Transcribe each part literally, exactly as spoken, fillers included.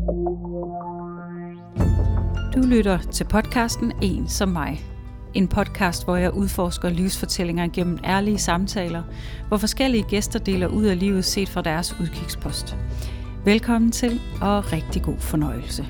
Du lytter til podcasten En som mig. En podcast, hvor jeg udforsker livsfortællinger gennem ærlige samtaler, hvor forskellige gæster deler ud af livet set fra deres udkigspost. Velkommen til, og rigtig god fornøjelse.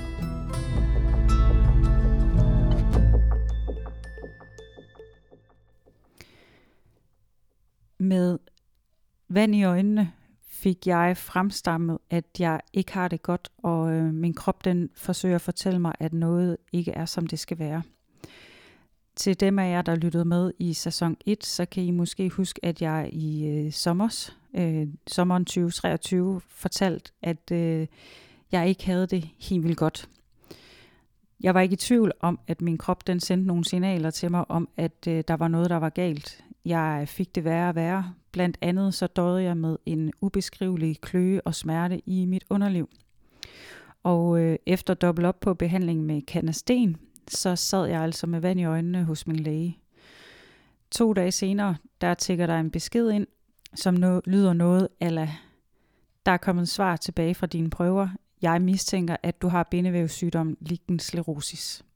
Med vand i øjnene fik jeg fremstammet, at jeg ikke har det godt, og øh, min krop den forsøger at fortælle mig, at noget ikke er, som det skal være. Til dem af jer, der lyttede med i sæson et, så kan I måske huske, at jeg i øh, sommers, øh, sommeren tyve treogtyve fortalte, at øh, jeg ikke havde det helt vildt godt. Jeg var ikke i tvivl om, at min krop den sendte nogle signaler til mig om, at øh, der var noget, der var galt. Jeg fik det værre og værre. Blandt andet så døde jeg med en ubeskrivelig kløe og smerte i mit underliv. Og øh, efter at doble op på behandling med Canasten, så sad jeg altså med vand i øjnene hos min læge. To dage senere, der tækker der en besked ind, som no- lyder noget ala: der er kommet svar tilbage fra dine prøver. Jeg mistænker, at du har bindevævssygdommen lichen sclerosis.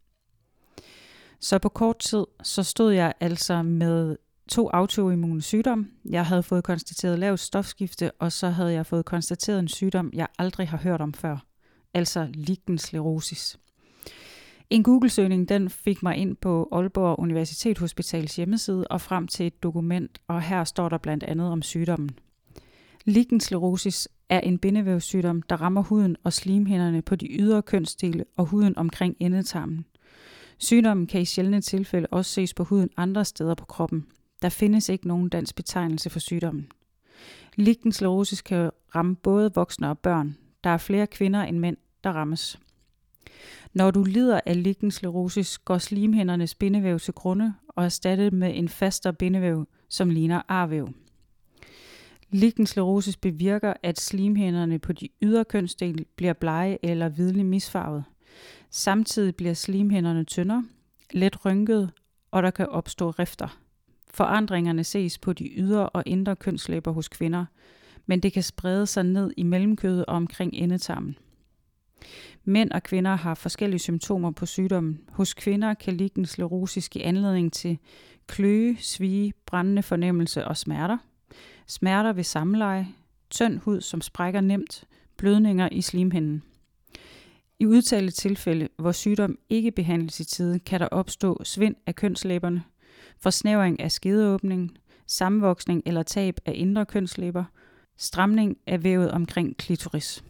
Så på kort tid, så stod jeg altså med to autoimmune sygdomme. Jeg havde fået konstateret lavt stofskifte, og så havde jeg fået konstateret en sygdom, jeg aldrig har hørt om før. Altså lichen sclerosis. En Google-søgning den fik mig ind på Aalborg Universitetshospitals hjemmeside og frem til et dokument, og her står der blandt andet om sygdommen. Lichen sclerosis er en bindevævssygdom, der rammer huden og slimhinderne på de ydre kønsdele og huden omkring endetarmen. Sygdommen kan i sjældne tilfælde også ses på huden andre steder på kroppen. Der findes ikke nogen dansk betegnelse for sygdommen. Lichen sclerosis kan ramme både voksne og børn. Der er flere kvinder end mænd, der rammes. Når du lider af lichen sclerosis, går slimhindernes bindevæv til grunde og erstattet med en fastere bindevæv, som ligner arvæv. Lichen sclerosis bevirker, at slimhinderne på de ydre kønsdele bliver blege eller hvidlig misfarvet. Samtidig bliver slimhinderne tyndere, let rynkede, og der kan opstå rifter. Forandringerne ses på de ydre og indre kønslæber hos kvinder, men det kan sprede sig ned i mellemkødet og omkring endetarmen. Mænd og kvinder har forskellige symptomer på sygdommen. Hos kvinder kan lichen sclerosis give anledning til kløe, svie, brændende fornemmelse og smerter. Smerter ved samleje, tynd hud, som sprækker nemt, blødninger i slimhinden. I udtalte tilfælde, hvor sygdom ikke behandles i tide, kan der opstå svind af kønslæberne, forsnævring af skedeåbningen, sammenvoksning eller tab af indre kønslæber, stramning af vævet omkring klitoris.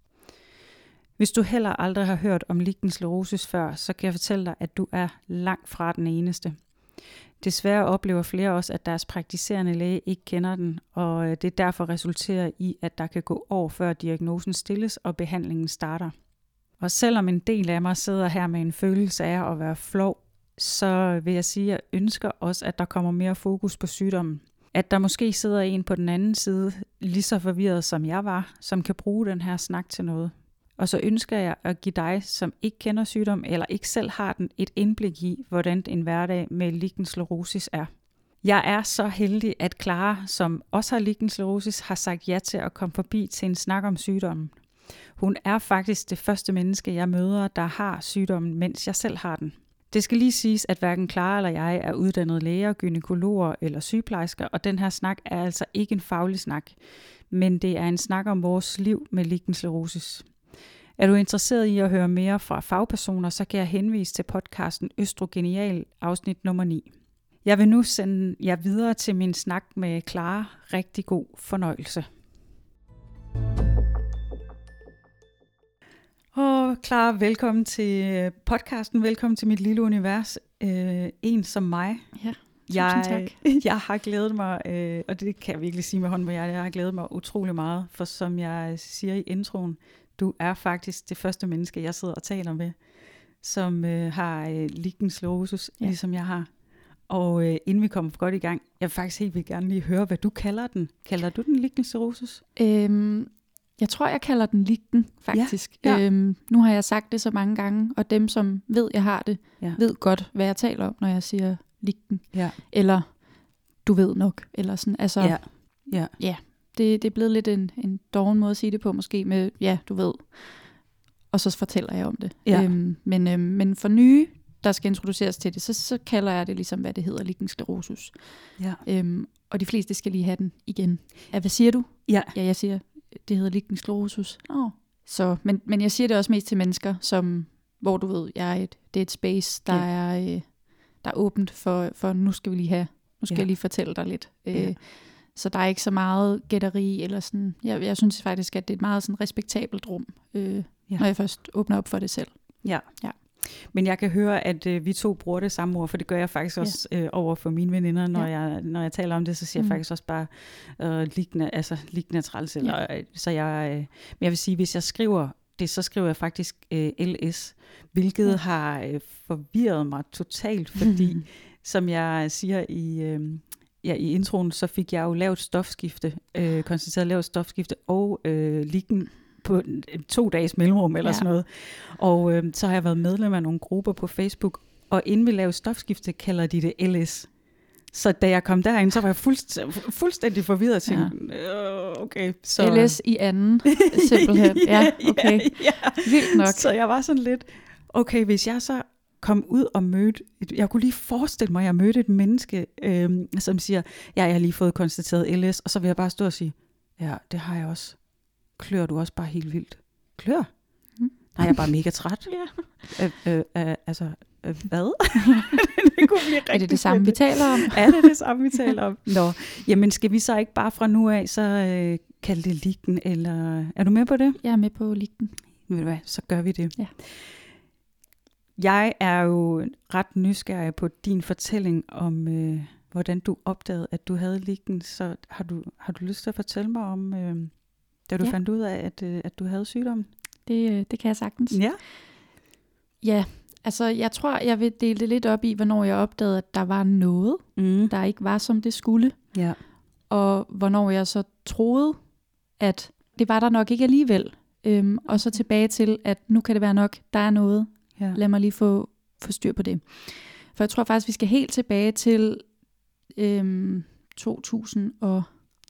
Hvis du heller aldrig har hørt om lichen sclerosis før, så kan jeg fortælle dig, at du er langt fra den eneste. Desværre oplever flere også, at deres praktiserende læge ikke kender den, og det derfor resulterer i, at der kan gå år før diagnosen stilles og behandlingen starter. Og selvom en del af mig sidder her med en følelse af at være flov, så vil jeg sige, at jeg ønsker også, at der kommer mere fokus på sygdommen. At der måske sidder en på den anden side, lige så forvirret som jeg var, som kan bruge den her snak til noget. Og så ønsker jeg at give dig, som ikke kender sygdom eller ikke selv har den, et indblik i, hvordan en hverdag med lichen sclerosis er. Jeg er så heldig, at Clara, som også har lichen sclerosis, har sagt ja til at komme forbi til en snak om sygdommen. Hun er faktisk det første menneske, jeg møder, der har sygdommen, mens jeg selv har den. Det skal lige siges, at hverken Clara eller jeg er uddannede læger, gynækologer eller sygeplejersker, og den her snak er altså ikke en faglig snak, men det er en snak om vores liv med lichen sclerosis. Er du interesseret i at høre mere fra fagpersoner, så kan jeg henvise til podcasten Østrogenial afsnit nummer ni. Jeg vil nu sende jer videre til min snak med Clara. Rigtig god fornøjelse. Og Clara, velkommen til podcasten. Velkommen til mit lille univers. Øh, en som mig. Ja, tusind jeg, tak. Jeg har glædet mig, øh, og det kan jeg virkelig sige med hånden på hjertet, jeg har glædet mig utrolig meget, for som jeg siger i introen, du er faktisk det første menneske, jeg sidder og taler med, som øh, har øh, lichen sclerosis, ja. Ligesom jeg har. Og øh, inden vi kommer godt i gang, jeg vil faktisk helt vildt gerne lige høre, hvad du kalder den. Kalder du den lichen sclerosis? Øhm, jeg tror, jeg kalder den lichen, faktisk. Ja, ja. Øhm, nu har jeg sagt det så mange gange, og dem, som ved, jeg har det, ja. ved godt, hvad jeg taler om, når jeg siger lichen. Ja. Eller, du ved nok, eller sådan. Altså, ja. Ja. ja. Det, det er blevet lidt en, en doven måde at sige det på, måske med, ja, du ved. og så fortæller jeg om det. Ja. Øhm, men, øhm, men for nye, der skal introduceres til det, så, så kalder jeg det ligesom, hvad det hedder, lichen sclerosus. Ja. Øhm, og de fleste skal lige have den igen. Ja, hvad siger du? Ja. Ja, jeg siger, det hedder lichen sclerosus. Oh. Så, men, men jeg siger det også mest til mennesker, som, hvor du ved, jeg er et, det er et space, der, ja. er, øh, der er åbent for, for, nu skal vi lige have, nu skal ja. jeg lige fortælle dig lidt. Ja. Øh, så der er ikke så meget gætteri, eller sådan, jeg, jeg synes faktisk, at det er et meget sådan respektabelt rum, øh, ja. når jeg først åbner op for det selv. Ja. Ja. Men jeg kan høre, at øh, vi to bruger det samme ord, for det gør jeg faktisk også øh, over for mine veninder, når, ja. jeg, når jeg taler om det, så siger mm. jeg faktisk også bare øh, lignende, altså lignende træls. Eller, ja. Så jeg, øh, men jeg vil sige, hvis jeg skriver det, så skriver jeg faktisk øh, L S, hvilket ja. har øh, forvirret mig totalt, fordi mm. som jeg siger i, øh, ja, i introen, så fik jeg jo lavet stofskifte, øh, konstateret lavet stofskifte og øh, liggen på to dages mellemrum eller ja. sådan noget. Og øh, så har jeg været medlem af nogle grupper på Facebook, og inden vi lavede stofskifte, kalder de det L S. Så da jeg kom derind, så var jeg fuldst, fuldstændig forvirret og tænkte, ja. øh, okay. Så... L S i anden, simpelthen. ja, okay. Ja, ja. Vildt nok. Så jeg var sådan lidt, okay, hvis jeg så kom ud og mødte, jeg kunne lige forestille mig, at jeg mødte et menneske, øh, som siger, ja, jeg har lige fået konstateret L S, og så vil jeg bare stå og sige, ja, det har jeg også. Klør du også bare helt vildt? Klør? Mm. Nej, jeg er bare mega træt. ja. øh, øh, øh, altså, øh, hvad? det kunne blive rigtig er det det samme, vi taler om? er det det samme, vi taler om? Nå, jamen skal vi så ikke bare fra nu af, så øh, kalde det liggen, eller er du med på det? Jeg er med på liggen. Ved du hvad, så gør vi det. Ja. Jeg er jo ret nysgerrig på din fortælling om, øh, hvordan du opdagede, at du havde liggen, så har du, har du lyst til at fortælle mig om... Øh, Da du ja. fandt ud af, at, at du havde sygdommen? Det, det kan jeg sagtens. Ja. Ja, altså jeg tror, jeg vil dele det lidt op i, hvornår jeg opdagede, at der var noget, mm. der ikke var, som det skulle. Ja. Og hvornår jeg så troede, at det var der nok ikke alligevel. Øhm, og så tilbage til, at nu kan det være nok, der er noget. Ja. Lad mig lige få, få styr på det. For jeg tror faktisk, vi skal helt tilbage til øhm, to tusind og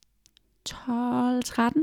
tolv tretten.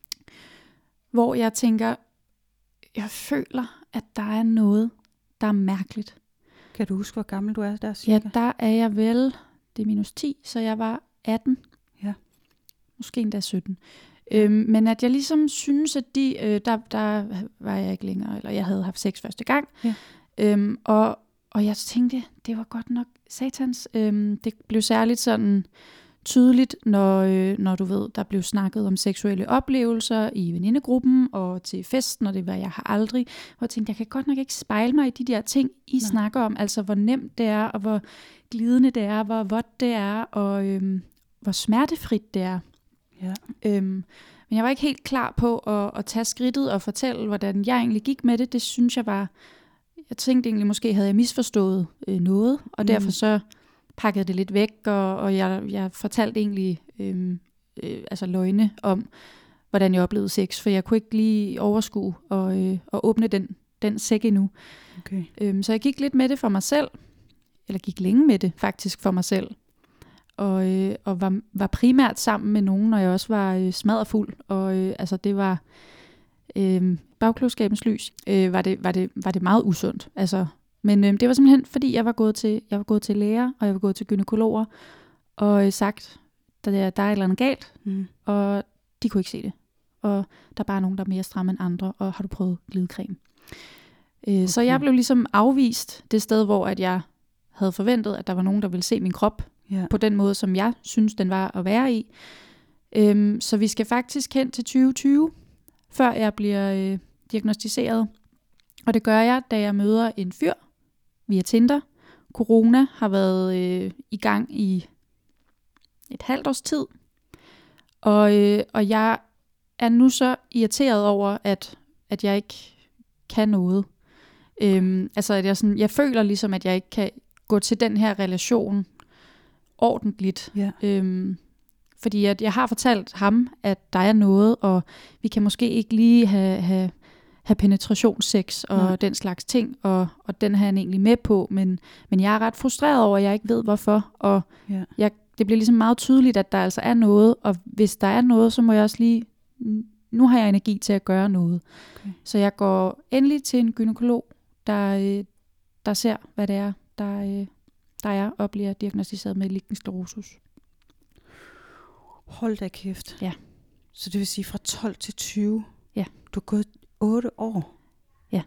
Hvor jeg tænker, jeg føler, at der er noget, der er mærkeligt. Kan du huske, hvor gammel du er der cirka? Ja, der er jeg vel, det er minus ti, så jeg var atten. Ja. Måske endda sytten. Øhm, men at jeg ligesom synes, at de, øh, der, der var jeg ikke længere, eller jeg havde haft sex første gang. Ja. Øhm, og, og jeg tænkte, det var godt nok satans. Øhm, det blev særligt sådan... tydeligt, når, øh, når du ved, der blev snakket om seksuelle oplevelser i venindegruppen og til festen, og det var jeg har aldrig. Og jeg tænkte, jeg kan godt nok ikke spejle mig i de der ting, I Nej. snakker om, altså hvor nemt det er, og hvor glidende det er, hvor vådt det er, og øhm, hvor smertefrit det er. Ja. Øhm, men jeg var ikke helt klar på at, at tage skridtet og fortælle, hvordan jeg egentlig gik med det. Det synes jeg var, jeg tænkte egentlig, måske havde jeg misforstået øh, noget, og mm. derfor så pakkede det lidt væk, og, og jeg, jeg fortalte egentlig øh, øh, altså løgne om, hvordan jeg oplevede sex, for jeg kunne ikke lige overskue og, øh, og åbne den, den sæk endnu. Okay. Øhm, så jeg gik lidt med det for mig selv, eller gik længe med det faktisk for mig selv, og, øh, og var, var primært sammen med nogen, når jeg også var øh, smadderfuld, og øh, altså det var øh, bagklogskabens lys, øh, var, det, var, det, var det meget usundt, altså. Men øh, det var simpelthen, fordi jeg var gået til, jeg var gået til læger, og jeg var gået til gynækologer, og øh, sagt, at der, der er et eller andet galt, mm. og de kunne ikke se det. Og der er bare nogen, der er mere stramme end andre, og har du prøvet glidecreme? Øh, okay. Så jeg blev ligesom afvist det sted, hvor at jeg havde forventet, at der var nogen, der ville se min krop, yeah. på den måde, som jeg synes, den var at være i. Øh, så vi skal faktisk hen til tyve tyve, før jeg bliver øh, diagnostiseret. Og det gør jeg, da jeg møder en fyr via Tinder. Corona har været øh, i gang i et halvt års tid. Og, øh, og jeg er nu så irriteret over, at, at jeg ikke kan noget. Øhm, altså, at jeg, sådan, jeg føler ligesom, at jeg ikke kan gå til den her relation ordentligt. Yeah. Øhm, fordi at jeg har fortalt ham, at der er noget, og vi kan måske ikke lige have... have have penetrationssex og ja. den slags ting, og, og den har han egentlig med på, men, men jeg er ret frustreret over, at jeg ikke ved hvorfor, og ja. jeg, det bliver ligesom meget tydeligt, at der altså er noget, og hvis der er noget, så må jeg også lige nu har jeg energi til at gøre noget. Okay. Så jeg går endelig til en gynekolog, der, øh, der ser, hvad det er, der, øh, der er og bliver diagnosticeret med lichen sclerosus. Hold da kæft. Ja. Så det vil sige fra tolv til tyve? Ja. Du har gået otte år? Ja.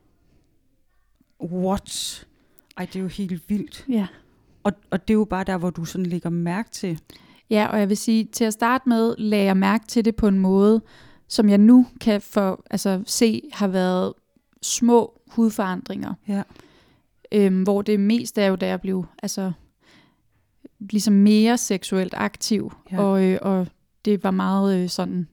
What? Ej, det er jo helt vildt. Ja. Og, og det er jo bare der, hvor du sådan lægger mærke til. Ja, og jeg vil sige, til at starte med, lagde jeg mærke til det på en måde, som jeg nu kan for, altså, se har været små hudforandringer. Ja. Øhm, hvor det mest er jo, da jeg blev altså, ligesom mere seksuelt aktiv. Ja. Og, øh, og det var meget øh, sådan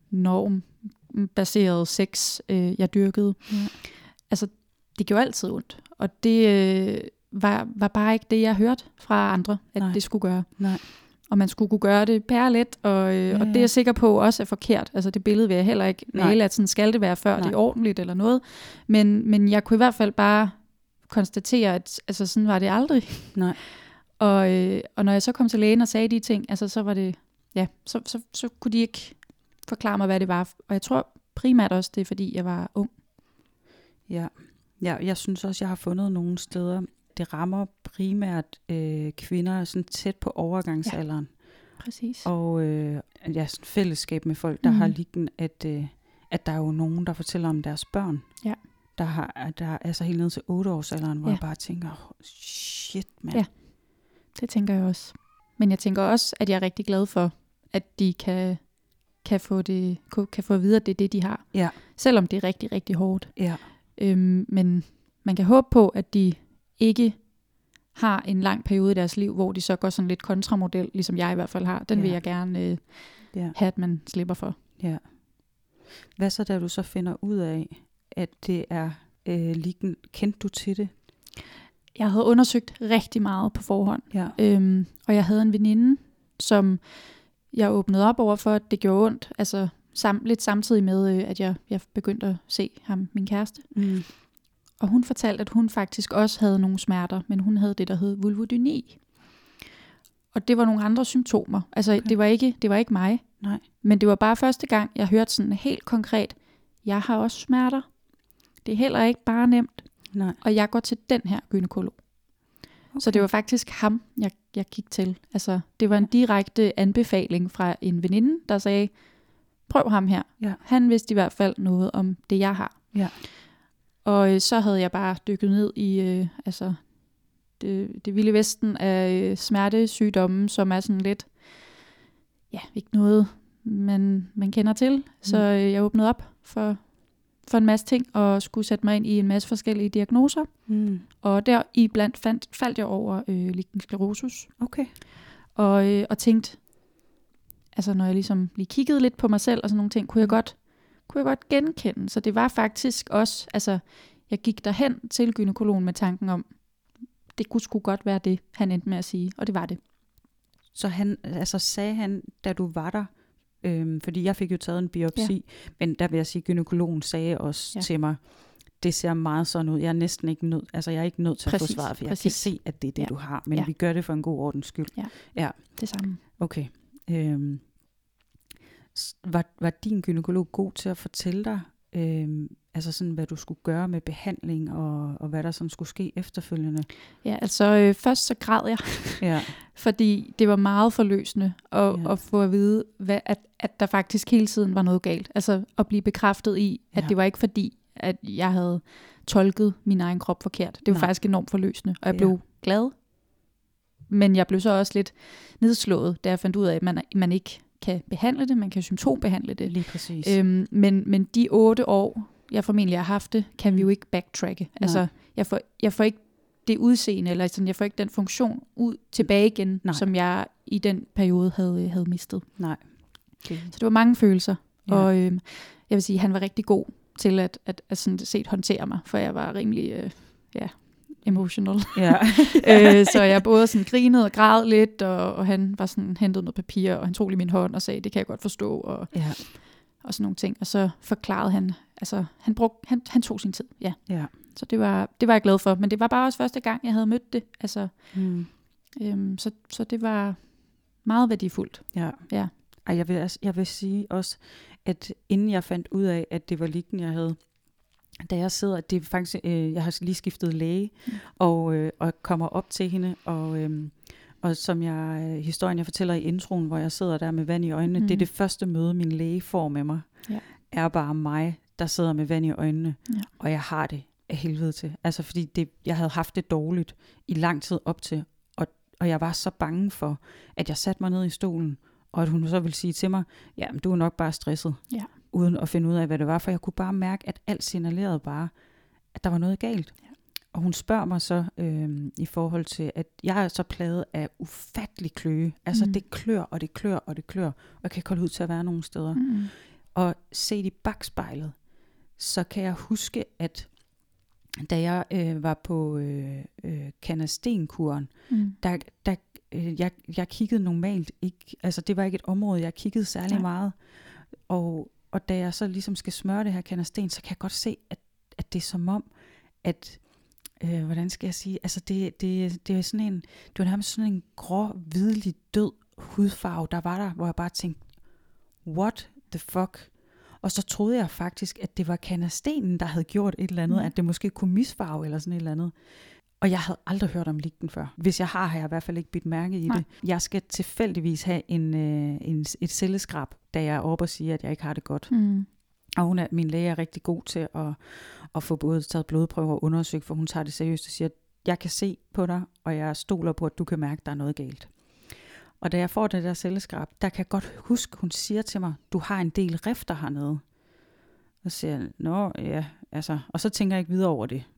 normbaseret sex, øh, jeg dyrkede. Ja. Altså, det gjorde altid ondt. Og det øh, var, var bare ikke det, jeg hørte fra andre, at Nej. det skulle gøre. Nej. Og man skulle kunne gøre det pærlet, og, øh, Ja, og det er ja. jeg sikker på også er forkert. Altså det billede vil jeg heller ikke Nej. male, at sådan skal det være, før Nej. det er ordentligt eller noget. Men, men jeg kunne i hvert fald bare konstatere, at altså, sådan var det aldrig. Nej. Og, øh, og når jeg så kom til lægen og sagde de ting, altså så var det, ja, så, så, så kunne de ikke forklare mig, hvad det var. Og jeg tror primært også, det er fordi, jeg var ung. Ja. Ja, jeg synes også, jeg har fundet nogle steder, det rammer primært øh, kvinder sådan tæt på overgangsalderen. Ja, præcis. Og øh, ja, sådan fællesskab med folk, der Mhm. har liggen, at, øh, at der er jo nogen, der fortæller om deres børn. Ja. Der, har, der er altså helt ned til otte årsalderen, hvor Ja. jeg bare tænker, oh, shit, mand. Ja. Det tænker jeg også. Men jeg tænker også, at jeg er rigtig glad for, at de kan, kan, få, det, kan få at vide, at det er det, de har. Ja. Selvom det er rigtig, rigtig hårdt. Ja. Øhm, men man kan håbe på, at de ikke har en lang periode i deres liv, hvor de så går sådan lidt kontramodel, ligesom jeg i hvert fald har. Den Ja. vil jeg gerne øh, Ja. have, at man slipper for. Ja. Hvad så, da du så finder ud af, at det er øh, liggen? Kendte du til det? Jeg havde undersøgt rigtig meget på forhånd. Ja. Øhm, og jeg havde en veninde, som jeg åbnede op over for, at det gjorde ondt. Altså sam, lidt samtidig med, øh, at jeg, jeg begyndte at se ham, min kæreste. Mm. Og hun fortalte, at hun faktisk også havde nogle smerter, men hun havde det, der hed vulvodyni. Og det var nogle andre symptomer. Altså, Okay. det var ikke, det var ikke mig. Nej. Men det var bare første gang, jeg hørte sådan helt konkret, jeg har også smerter. Det er heller ikke bare nemt. Nej. Og jeg går til den her gynekolog. Okay. Så det var faktisk ham, jeg, jeg gik til. Altså, det var en direkte anbefaling fra en veninde, der sagde, prøv ham her. Ja. Han vidste i hvert fald noget om det, jeg har. Ja. Og øh, så havde jeg bare dykket ned i øh, altså, det, det vilde vesten af øh, smertesygdomme, som er sådan lidt, ja, ikke noget, man, man kender til. Mm. Så øh, jeg åbnede op for, for en masse ting, og skulle sætte mig ind i en masse forskellige diagnoser. Mm. Og der i blandt fandt, faldt jeg over øh, lichen sclerosus. Okay. Og, øh, og tænkte, altså når jeg ligesom lige kiggede lidt på mig selv og sådan nogle ting, kunne jeg godt, kunne jeg godt genkende. Så det var faktisk også, altså jeg gik derhen til gynekologen med tanken om, det kunne sgu godt være det, han endte med at sige, og det var det. Så han, altså sagde han, da du var der, øhm, fordi jeg fik jo taget en biopsi, ja. Men der vil jeg sige, gynekologen sagde også ja. til mig, det ser meget sådan ud. Jeg er næsten ikke nødt, altså jeg er ikke nødt til præcis, at få svaret, for præcis. jeg kan se, at det er det, ja. du har. Men ja. vi gør det for en god ordens skyld. Ja, ja. det samme. Okay. Øhm, var, var din gynekolog god til at fortælle dig, øhm, altså sådan, hvad du skulle gøre med behandling, og, og hvad der sådan skulle ske efterfølgende? Ja, altså øh, først så græd jeg, ja. fordi det var meget forløsende at, ja. at få at vide, hvad, at, at der faktisk hele tiden var noget galt. Altså at blive bekræftet i, at ja. det var ikke fordi, at jeg havde tolket min egen krop forkert. Det var Nej. faktisk enormt forløsende, og jeg blev ja. glad. Men jeg blev så også lidt nedslået, da jeg fandt ud af, at man, man ikke kan behandle det, man kan symptombehandle det. Lige præcis. Øhm, men, men de otte år, jeg formentlig har haft det, kan vi jo ikke backtracke. Nej. Altså, jeg får, jeg får ikke det udseende, eller sådan, jeg får ikke den funktion ud tilbage igen, Nej. som jeg i den periode havde, havde mistet. Nej. Okay. Så det var mange følelser, ja. og øhm, jeg vil sige, han var rigtig god til at, at, at sådan set håndtere mig, for jeg var rimelig, øh, ja, emotional. Ja. øh, så jeg både sådan grinede og græd lidt, og, og han var sådan hentet noget papir, og han tog lige min hånd og sagde, det kan jeg godt forstå, og, ja. og sådan nogle ting. Og så forklarede han, altså han, brugte, han, han tog sin tid, ja. ja. Så det var, det var jeg glad for, men det var bare også første gang, jeg havde mødt det. Altså, mm. øhm, så, så det var meget værdifuldt. Ja. ja. Ej, jeg vil, jeg vil sige også, at inden jeg fandt ud af, at det var liggen, jeg havde, da jeg sidder, det er faktisk, øh, jeg har lige skiftet læge, mm. og, øh, og kommer op til hende, og, øh, og som jeg, historien jeg fortæller i introen, hvor jeg sidder der med vand i øjnene, mm. det er det første møde, min læge får med mig, ja. er bare mig, der sidder med vand i øjnene, ja. og jeg har det af helvede til. Altså fordi det, jeg havde haft det dårligt i lang tid op til, og, og jeg var så bange for, at jeg satte mig ned i stolen, og at hun så ville sige til mig, jamen du er nok bare stresset, ja. uden at finde ud af, hvad det var, for jeg kunne bare mærke, at alt signalerede bare, at der var noget galt. Ja. Og hun spørger mig så øh, i forhold til, at jeg er så plaget af ufattelig kløe. Altså mm. det klør, og det klør, og det klør, og jeg kan ikke holde ud til at være nogle steder. Mm. Og set i bagspejlet, så kan jeg huske, at da jeg øh, var på øh, øh, Canastenkuren, mm. der, der øh, jeg, jeg kiggede normalt ikke, altså det var ikke et område, jeg kiggede særlig Nej. meget. Og, og da jeg så ligesom skal smøre det her Canasten, så kan jeg godt se, at, at det er som om, at, øh, hvordan skal jeg sige, altså det, det, det er sådan en, det var nærmest sådan en grå, hvidlig, død hudfarve, der var der, hvor jeg bare tænkte, what the fuck? Og så troede jeg faktisk, at det var Canastenen, der havde gjort et eller andet, mm. at det måske kunne misfarve eller sådan et eller andet. Og jeg havde aldrig hørt om liggen før. Hvis jeg har, har jeg i hvert fald ikke bidt mærke i Nej. det. Jeg skal tilfældigvis have en, øh, en, et celleskrab, da jeg er oppe og siger, at jeg ikke har det godt. Mm. Og hun er, min læge er rigtig god til at, at få både taget blodprøver og undersøgt, for hun tager det seriøst og siger, at jeg kan se på dig, og jeg stoler på, at du kan mærke, at der er noget galt. Og da jeg får det der celleskrab, der kan jeg godt huske, hun siger til mig, du har en del rifter hernede. Og så siger jeg, nå ja, altså, og så tænker jeg ikke videre over det.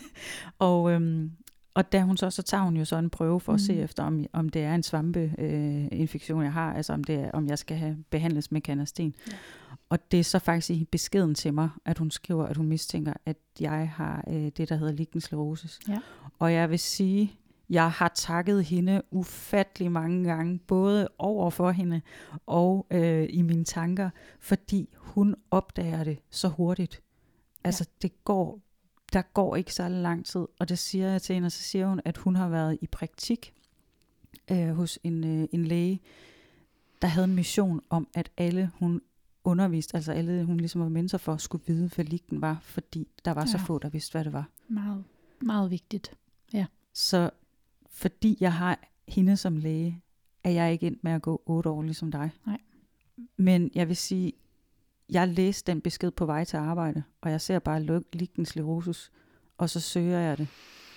og, øhm, og da hun så, så tager hun jo så en prøve for at mm. se efter, om, om det er en svampeinfektion, øh, jeg har, altså om, det er, om jeg skal have behandles med Canasten. Ja. Og det er så faktisk i beskeden til mig, at hun skriver, at hun mistænker, at jeg har øh, det, der hedder lichen sclerosis. Ja. Og jeg vil sige, jeg har takket hende ufattelig mange gange, både over for hende og øh, i mine tanker, fordi hun opdager det så hurtigt. Altså ja. det går, der går ikke så lang tid, og det siger jeg til hende, og så siger hun, at hun har været i praktik øh, hos en, øh, en læge, der havde en mission om, at alle hun underviste, altså alle hun ligesom var mentor for, skulle vide, hvad liggen var, fordi der var ja. så få, der vidste, hvad det var. Meget, meget vigtigt, ja. Så fordi jeg har hende som læge, er jeg ikke endt med at gå otte år ligesom dig. Nej. Men jeg vil sige, jeg læste den besked på vej til arbejde, og jeg ser bare lichen sclerosis, og så søger jeg det.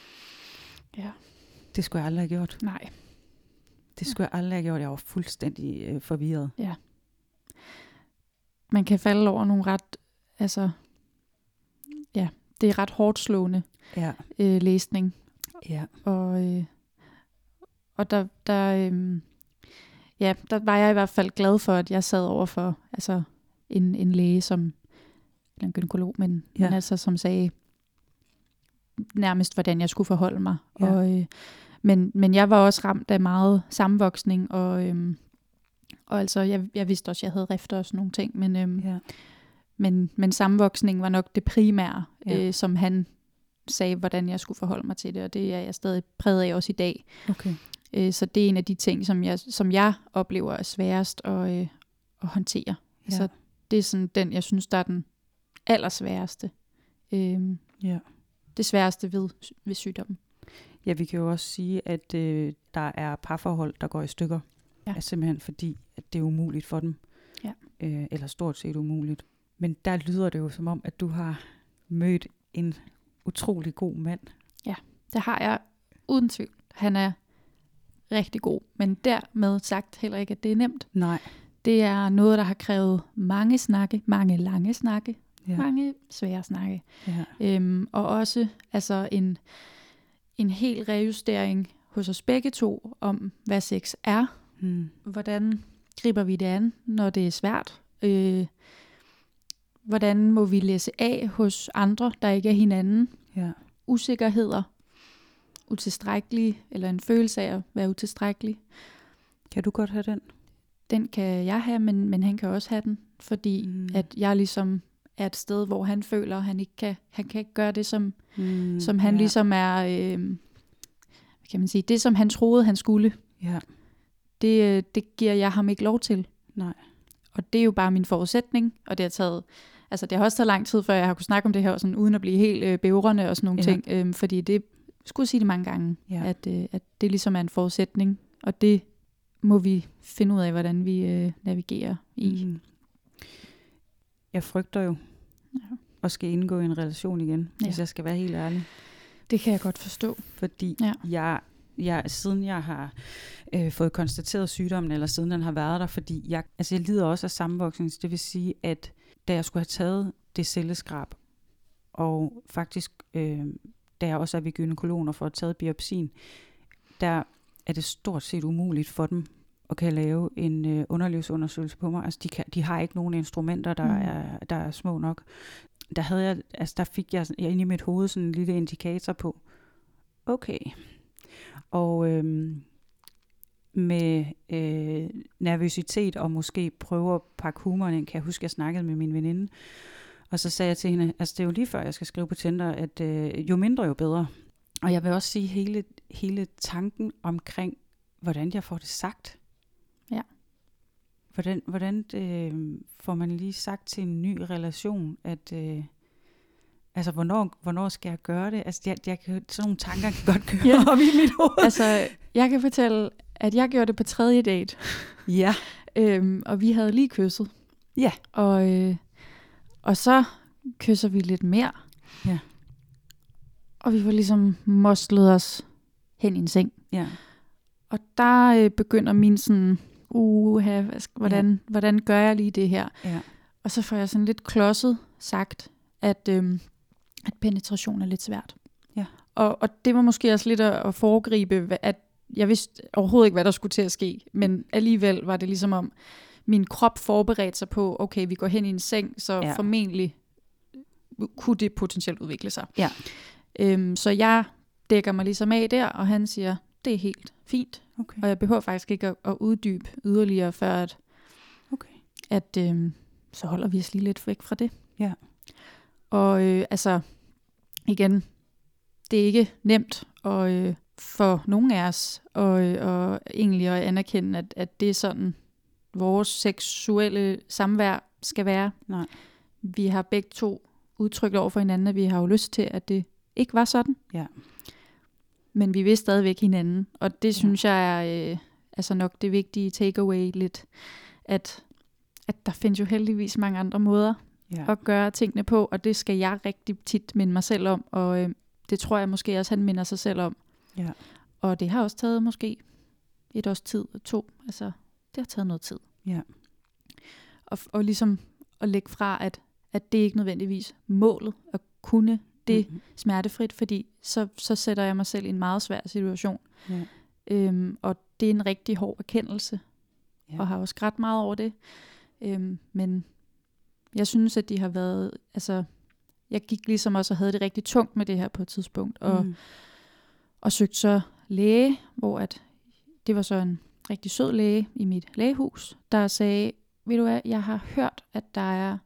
Ja. Det skulle jeg aldrig have gjort. Nej. Det skulle ja. jeg aldrig have gjort. Jeg var fuldstændig øh, forvirret. Ja. Man kan falde over nogle ret, altså, ja, det er ret hårdt slående ja. øh, læsning. Ja. Og, øh, og der, der, øh, ja, der var jeg i hvert fald glad for, at jeg sad over for altså, en, en læge, som, eller en gynekolog, men, ja. men altså, som sagde nærmest, hvordan jeg skulle forholde mig. Ja. Og, øh, men, men jeg var også ramt af meget sammenvoksning, og, øh, og altså, jeg, jeg vidste også, at jeg havde rifter og sådan nogle ting, men, øh, ja. men, men sammenvoksning var nok det primære, ja. øh, som han sagde, hvordan jeg skulle forholde mig til det, og det er jeg stadig præget af også i dag. Okay. Øh, så det er en af de ting, som jeg, som jeg oplever er sværest at, øh, at håndtere. Ja. Så det er sådan den, jeg synes, der er den allersværeste. Øh, ja. Det sværeste ved, ved sygdommen. Ja, vi kan jo også sige, at øh, der er parforhold, der går i stykker. Ja. Simpelthen fordi, at det er umuligt for dem. Ja. Øh, eller stort set umuligt. Men der lyder det jo som om, at du har mødt en utrolig god mand. Ja, det har jeg uden tvivl. Han er rigtig god, men dermed sagt heller ikke, at det er nemt. Nej. Det er noget, der har krævet mange snakke, mange lange snakke, ja. mange svære snakke. Ja. Øhm, og også altså en, en hel rejustering hos os begge to om, hvad sex er. Hmm. Hvordan griber vi det an, når det er svært? Øh, hvordan må vi læse af hos andre, der ikke er hinanden? Ja. Usikkerheder, utilstrækkelige, eller en følelse af at være utilstrækkelig. Kan du godt have den? Den kan jeg have, men, men han kan også have den, fordi mm. at jeg ligesom er et sted, hvor han føler, at han ikke kan, han kan ikke gøre det, som, mm, som han ja. ligesom er, øh, hvad kan man sige, det som han troede, han skulle. Ja. Det, det giver jeg ham ikke lov til. Nej. Og det er jo bare min forudsætning, og det har taget, altså det har også taget lang tid, før jeg har kunnet snakke om det her, sådan, uden at blive helt øh, bævrende og sådan nogle ja. ting, øhm, fordi det, skulle sige det mange gange, ja. at, øh, at det ligesom er en forudsætning, og det må vi finde ud af, hvordan vi øh, navigerer i. Mm. Jeg frygter jo ja. at skal indgå i en relation igen, ja. hvis jeg skal være helt ærlig. Det kan jeg godt forstå. Fordi ja. jeg, jeg, siden jeg har øh, fået konstateret sygdommen, eller siden den har været der, fordi jeg, altså jeg lider også af sammenvoksning, det vil sige, at da jeg skulle have taget det celleskrab, og faktisk, øh, da jeg også er ved gynækologen og får taget biopsien, der er det stort set umuligt for dem at kan lave en øh, underlivsundersøgelse på mig. Altså de, kan, de har ikke nogen instrumenter, der, mm. er, der er små nok. Der havde jeg, altså der fik jeg inde i mit hoved sådan en lille indikator på, okay. Og øhm, med øh, nervøsitet og måske prøve at pakke humoren ind, kan jeg huske, jeg snakkede med min veninde, og så sagde jeg til hende, altså det er jo lige før, jeg skal skrive på Tinder, at øh, jo mindre, jo bedre. Og jeg vil også sige hele, hele tanken omkring, hvordan jeg får det sagt. Ja. Hvordan, hvordan øh, får man lige sagt til en ny relation, at øh, altså, hvornår, hvornår skal jeg gøre det? Altså, jeg, jeg kan, sådan nogle tanker kan godt køre ja. op i mit hoved. Altså, jeg kan fortælle, at jeg gjorde det på tredje date. Ja. øhm, og vi havde lige kysset. Ja. Og, øh, og så kysser vi lidt mere. Ja. Og vi var ligesom moslet os hen i en seng. Ja. Og der øh, begynder min sådan, uha, hvordan, ja. hvordan gør jeg lige det her? Ja. Og så får jeg sådan lidt klodset sagt, at, øh, at penetration er lidt svært. Ja. Og, og det var måske også lidt at, at foregribe, at jeg vidste overhovedet ikke, hvad der skulle til at ske. Men alligevel var det ligesom om, min krop forberedte sig på, okay, vi går hen i en seng, så ja. formentlig kunne det potentielt udvikle sig. Ja. Øhm, så jeg dækker mig ligesom af der, og han siger, det er helt fint. Okay. Og jeg behøver faktisk ikke at, at uddybe yderligere, før at, okay. at øhm, så holder vi os lige lidt væk fra det. Ja. Og øh, altså, igen, det er ikke nemt og, øh, for nogen af os og, øh, og egentlig at anerkende, at, at det er sådan, vores seksuelle samvær skal være. Nej. Vi har begge to udtrykt over for hinanden, at vi har jo lyst til, at det ikke var sådan. Ja. Men vi vil stadigvæk hinanden, og det synes ja. jeg er øh, altså nok det vigtige takeaway lidt, at, at der findes jo heldigvis mange andre måder ja. at gøre tingene på, og det skal jeg rigtig tit minde mig selv om, og øh, det tror jeg måske også, han minder sig selv om. Ja. Og det har også taget måske et års tid, to, altså det har taget noget tid. Ja. Og, og ligesom at lægge fra, at, at det ikke nødvendigvis målet at kunne det mm-hmm. smertefrit, fordi så, så sætter jeg mig selv i en meget svær situation. Ja. Øhm, og det er en rigtig hård erkendelse, ja. og har også grædt meget over det. Øhm, men jeg synes, at de har været, altså, jeg gik ligesom også og havde det rigtig tungt med det her på et tidspunkt, og, mm. og søgte så læge, hvor at, det var så en rigtig sød læge i mit lægehus, der sagde, ved du hvad, jeg har hørt, at der er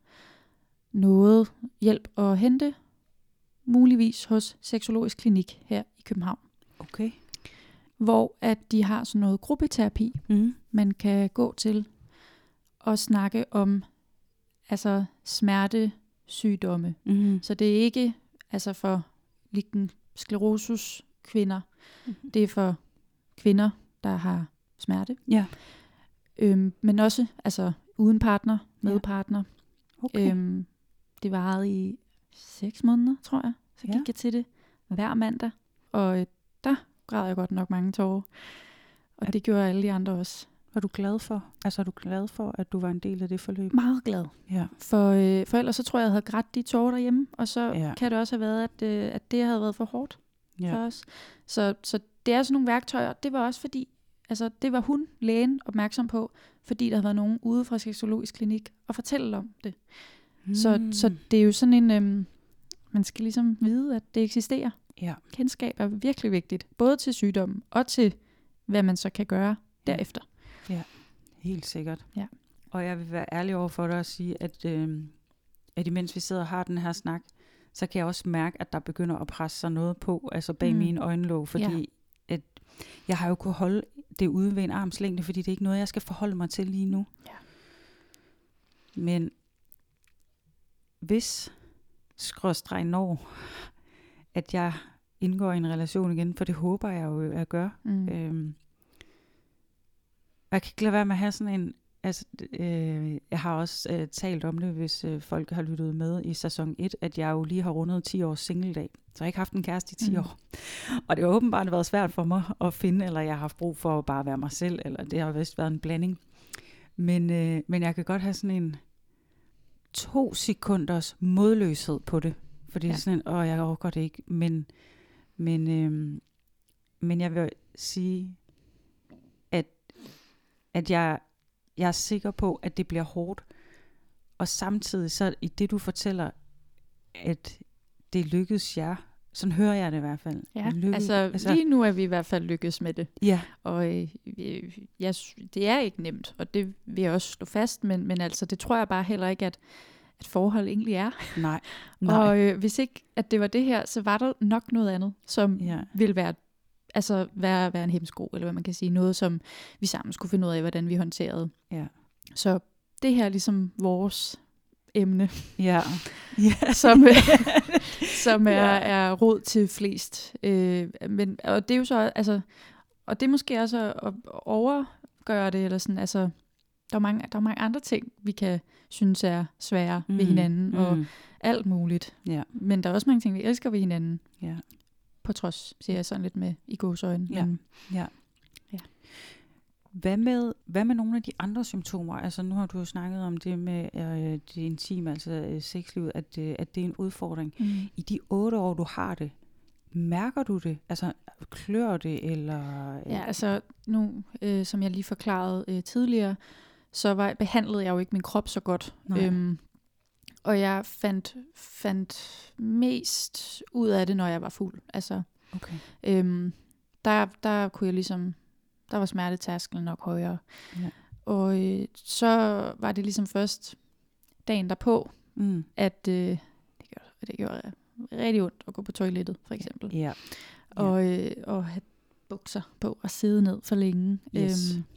noget hjælp at hente, muligvis hos Sexologisk Klinik her i København. Okay. Hvor at de har sådan noget gruppeterapi, mm. man kan gå til og snakke om altså smertesygdomme. Mm. Så det er ikke altså for lichen sklerosus kvinder. Mm. Det er for kvinder, der har smerte. Ja. Øhm, men også altså uden partner, med ja. partner. Okay. Øhm, det varede i seks måneder, tror jeg. Så gik ja. jeg til det hver mandag. Og øh, der græd jeg godt nok mange tårer. Og er, det gjorde alle de andre også. Var du glad for? Altså er du glad for, at du var en del af det forløb? Meget glad. Ja. For, øh, for ellers så tror jeg, jeg havde grædt de tårer derhjemme. Og så ja. kan det også have været, at, øh, at det havde været for hårdt ja. for os. Så, så det er sådan nogle værktøjer. Det var også fordi, altså det var hun, lægen, opmærksom på, fordi der havde været nogen ude fra Sexologisk Klinik og fortælle om det. Hmm. Så, så det er jo sådan en, øhm, man skal ligesom vide, at det eksisterer. Ja. Kendskab er virkelig vigtigt, både til sygdommen og til, hvad man så kan gøre derefter. Ja, helt sikkert. Ja. Og jeg vil være ærlig over for dig og sige, at, øh, at imens vi sidder og har den her snak, så kan jeg også mærke, at der begynder at presse sig noget på, altså bag mm. mine øjenlåg, fordi ja. at jeg har jo kunnet holde det ude ved en armslængde, fordi det er ikke noget, jeg skal forholde mig til lige nu. Ja. Men hvis skråstreg når, at jeg indgår i en relation igen, for det håber jeg jo, at jeg gør. Mm. Øhm, jeg kan ikke lade være med at have sådan en, altså, øh, jeg har også øh, talt om det, hvis øh, folk har lyttet med i sæson et, at jeg jo lige har rundet ti års singledag. Så jeg har ikke haft en kæreste i ti mm. år. Og det har åbenbart været svært for mig at finde, eller jeg har haft brug for at bare være mig selv, eller det har vist været en blanding. Men, øh, men jeg kan godt have sådan en to sekunders modløshed på det. Fordi ja. det er sådan en, åh, jeg overgår det ikke. Men, men, øh, men jeg vil sige, at, at jeg, jeg er sikker på, at det bliver hårdt. Og samtidig så i det, du fortæller, at det lykkedes jer. Sådan hører jeg det i hvert fald. Ja, lykkes, altså, altså lige nu er vi i hvert fald lykkes med det. Ja. Og øh, jeg, det er ikke nemt, og det vil jeg også stå fast, men, men altså, det tror jeg bare heller ikke, at, at forhold egentlig er. Nej. Nej. Og øh, hvis ikke, at det var det her, så var der nok noget andet, som ja. ville være, altså, være, være en hemsko, eller hvad man kan sige. Noget, som vi sammen skulle finde ud af, hvordan vi håndterede. Ja. Så det her er ligesom vores emne, ja. Ja. som, som er, ja. er rod til flest. Øh, men, og det er jo så, altså, og det er måske også at overgøre det, eller sådan, altså, der er mange, der er mange andre ting, vi kan synes er svære mm. ved hinanden, mm. og alt muligt. Ja. Men der er også mange ting, vi elsker ved hinanden. Ja. På trods, siger jeg sådan lidt med i gåseøjne. Ja. Men, ja. ja. Hvad med, hvad med nogle af de andre symptomer? Altså nu har du jo snakket om det med øh, det intime, altså øh, sexlivet, at, øh, at det er en udfordring. Mm. I de otte år, du har det, mærker du det? Altså klør det, eller? Øh? Ja, altså nu, øh, som jeg lige forklarede øh, tidligere, så var, behandlede jeg jo ikke min krop så godt. Øhm, og jeg fandt, fandt mest ud af det, når jeg var fuld. Altså, okay. øhm, der, der kunne jeg ligesom... Der var smertetærsklen nok højere. Ja. Og øh, så var det ligesom først dagen derpå, mm. at øh, det, gjorde, det gjorde rigtig ondt at gå på toilettet, for eksempel. Ja. Og, øh, og have bukser på og sidde ned for længe. Yes. Øhm,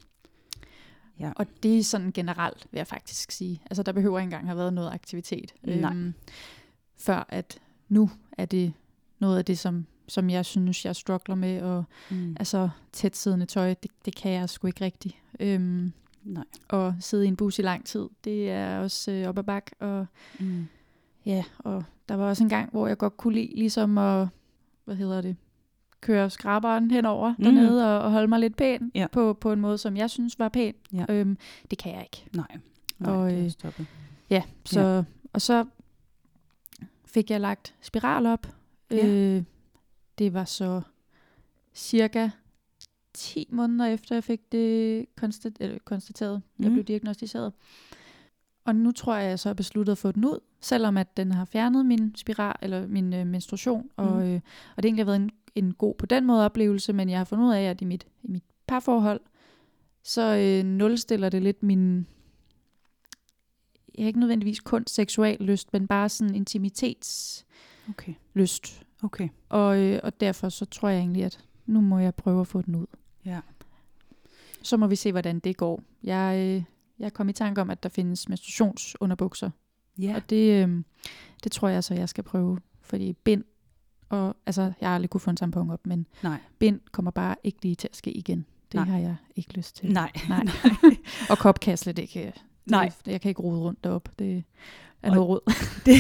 ja. Og det er sådan generelt, vil jeg faktisk sige. Altså der behøver ikke engang have været noget aktivitet. Øhm, før at nu er det noget af det, som... som jeg synes, jeg struggler med, og mm. altså tætsiddende tøj, det, det kan jeg sgu ikke rigtigt. Øhm, Nej. Og sidde i en bus i lang tid, det er også øh, op ad bak, og mm. ja, og der var også en gang, hvor jeg godt kunne lide ligesom at, hvad hedder det, køre skraberen henover mm. dernede, og, og holde mig lidt pæn, ja. på, på en måde, som jeg synes var pæn. Ja. Øhm, det kan jeg ikke. Nej, Nej og, det er stoppet. Ja, så, ja. Og så fik jeg lagt spiral op, ja. øh, Det var så cirka ti måneder efter, jeg fik det konstat- eller konstateret. Mm. Jeg blev diagnosticeret. Og nu tror jeg, jeg så har besluttet at få den ud, selvom at den har fjernet min spiral, eller min øh, menstruation. Mm. Og, øh, og det har egentlig været en, en god på den måde oplevelse, men jeg har fundet ud af, at i mit, i mit parforhold, så øh, nulstiller det lidt min... Jeg har ikke nødvendigvis kun seksual lyst, men bare sådan intimitets okay. lyst. Okay. Og, øh, og derfor så tror jeg egentlig, at nu må jeg prøve at få den ud. Ja. Så må vi se, hvordan det går. Jeg, øh, jeg kom i tanke om, at der findes menstruationsunderbukser. Ja. Og det, øh, det tror jeg så, jeg skal prøve. Fordi bind, og, altså jeg har aldrig kunne få en tampon op, men Nej. bind kommer bare ikke lige til at ske igen. Det Nej. har jeg ikke lyst til. Nej. Nej. Og kop kan jeg slet ikke. Det, Nej. Jeg kan ikke rode rundt derop. Det er noget råd. Det,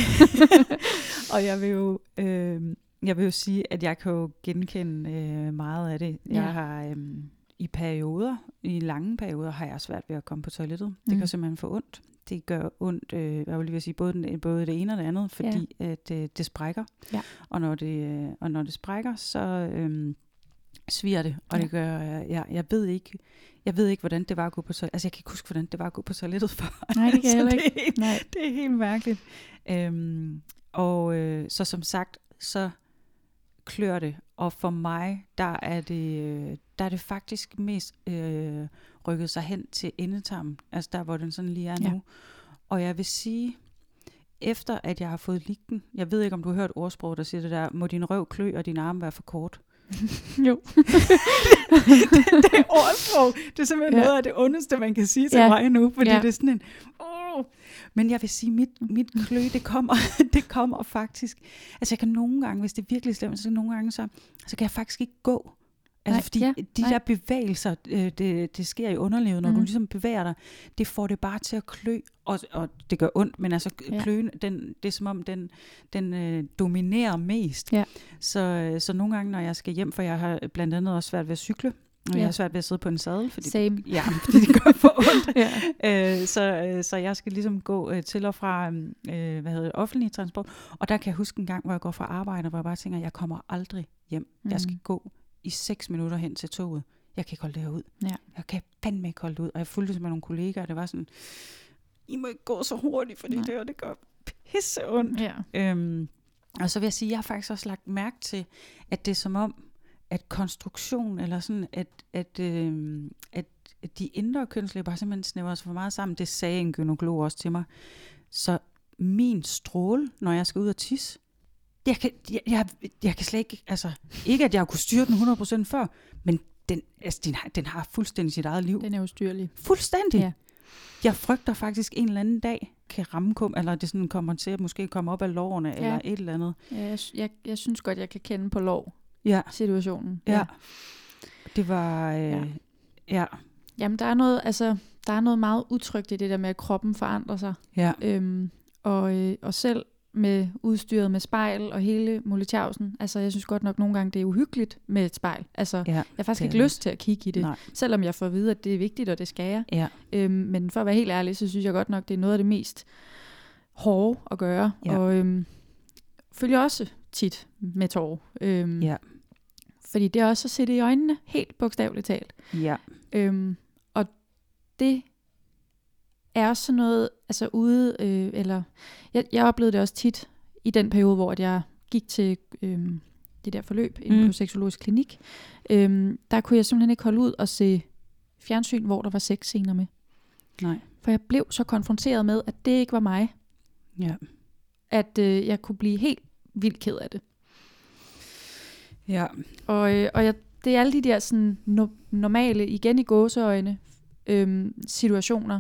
og jeg vil jo... Øh, Jeg vil jo sige, at jeg kan jo genkende øh, meget af det. Jeg ja. har øh, i perioder, i lange perioder, har jeg svært ved at komme på toilettet. Mm. Det kan simpelthen få ondt. Det gør ondt, øh, jeg vil lige sige, både, den, både det ene og det andet, fordi ja. at øh, det sprækker. Ja. Og, når det, øh, og når det sprækker, så øh, sviger det. Og ja. det gør, øh, ja, jeg ved ikke, jeg ved ikke, hvordan det var at gå på toilettet. Altså, jeg kan ikke huske, hvordan det var at gå på toilettet for. Nej, det kan jeg heller ikke. Det er, Nej. det er helt mærkeligt. Øhm, og øh, så som sagt, så klør det, og for mig, der er det, der er det faktisk mest øh, rykket sig hen til endetarmen, altså der, hvor den sådan lige er ja. nu. Og jeg vil sige, efter at jeg har fået liggen, jeg ved ikke, om du har hørt ordsprog, der siger det der, må din røv klø, og din arm være for kort. Jo. det, det er ordsprog. Det er simpelthen ja. noget af det ondeste, man kan sige til ja. mig nu, fordi ja. det er sådan en, oh. Men jeg vil sige, mit, mit klø, det kommer, det kommer faktisk. Altså jeg kan nogle gange, hvis det er virkelig slemt, så nogle gange, så, så kan jeg faktisk ikke gå. Altså nej, fordi ja, de nej. der bevægelser, øh, det, det sker i underlivet, når mm. du ligesom bevæger dig, det får det bare til at klø, og, og det gør ondt, men altså ja. kløen, den, det er som om, den, den øh, dominerer mest. Ja. Så, så nogle gange, når jeg skal hjem, for jeg har blandt andet også svært ved at cykle, og ja. jeg har svært ved at sidde på en sadel, fordi, Same. ja, fordi det gør for ondt. ja. øh, så, så jeg skal ligesom gå øh, til og fra øh, hvad hedder det, offentlig transport, og der kan jeg huske en gang, hvor jeg går fra arbejde, hvor jeg bare tænker, jeg kommer aldrig hjem. Mm. Jeg skal gå i seks minutter hen til toget. Jeg kan ikke holde det her ud. Ja. Jeg kan fandme ikke holde det ud. Og jeg fulgte med nogle kollegaer, og det var sådan, I må ikke gå så hurtigt, fordi Nej. det her, det gør pisse ondt. Ja. Øhm, og så vil jeg sige, jeg har faktisk også lagt mærke til, at det er som om, at konstruktion, eller sådan, at, at, øh, at de indre kønslæber har simpelthen snævret sig for meget sammen. Det sagde en gynekolog også til mig. Så min stråle, når jeg skal ud og tisse, Jeg kan, jeg, jeg, jeg kan slet ikke, altså, ikke at jeg kunne styre den hundrede procent før, men den, altså, den, har, den har fuldstændig sit eget liv. Den er ustyrlig. Fuldstændig. Ja. Jeg frygter faktisk en eller anden dag, kan ramme, eller det sådan kommer til at måske komme op af lårene, ja. eller et eller andet. Ja, jeg, jeg, jeg synes godt, jeg kan kende på lår ja. situationen. Ja. ja. Det var, øh, ja. ja. Jamen, der er noget, altså, der er noget meget utrygt i det der med, at kroppen forandrer sig. Ja. Øhm, og, øh, og selv med udstyret med spejl og hele Molletjavsen. Altså, jeg synes godt nok nogle gange, det er uhyggeligt med et spejl. Altså, ja, jeg har faktisk ikke det. lyst til at kigge i det, Nej. selvom jeg får at vide, at det er vigtigt, og det skal jeg. Ja. Øhm, men for at være helt ærlig, så synes jeg godt nok, det er noget af det mest hårde at gøre. Ja. Og øhm, følger også tit med tårer. Øhm, ja. Fordi det er også at se det i øjnene, helt bogstaveligt talt. Ja. Øhm, og det er også sådan noget, altså ude, øh, eller jeg, jeg oplevede det også tit i den periode, hvor jeg gik til øh, det der forløb inde mm. på Sexologisk Klinik. Øh, der kunne jeg simpelthen ikke holde ud og se fjernsyn, hvor der var sexscener med. Nej. For jeg blev så konfronteret med, at det ikke var mig. Ja. At øh, jeg kunne blive helt vildt ked af det. Ja. Og, øh, og jeg, det er alle de der sådan no, normale, igen i gåseøjne, øh, situationer,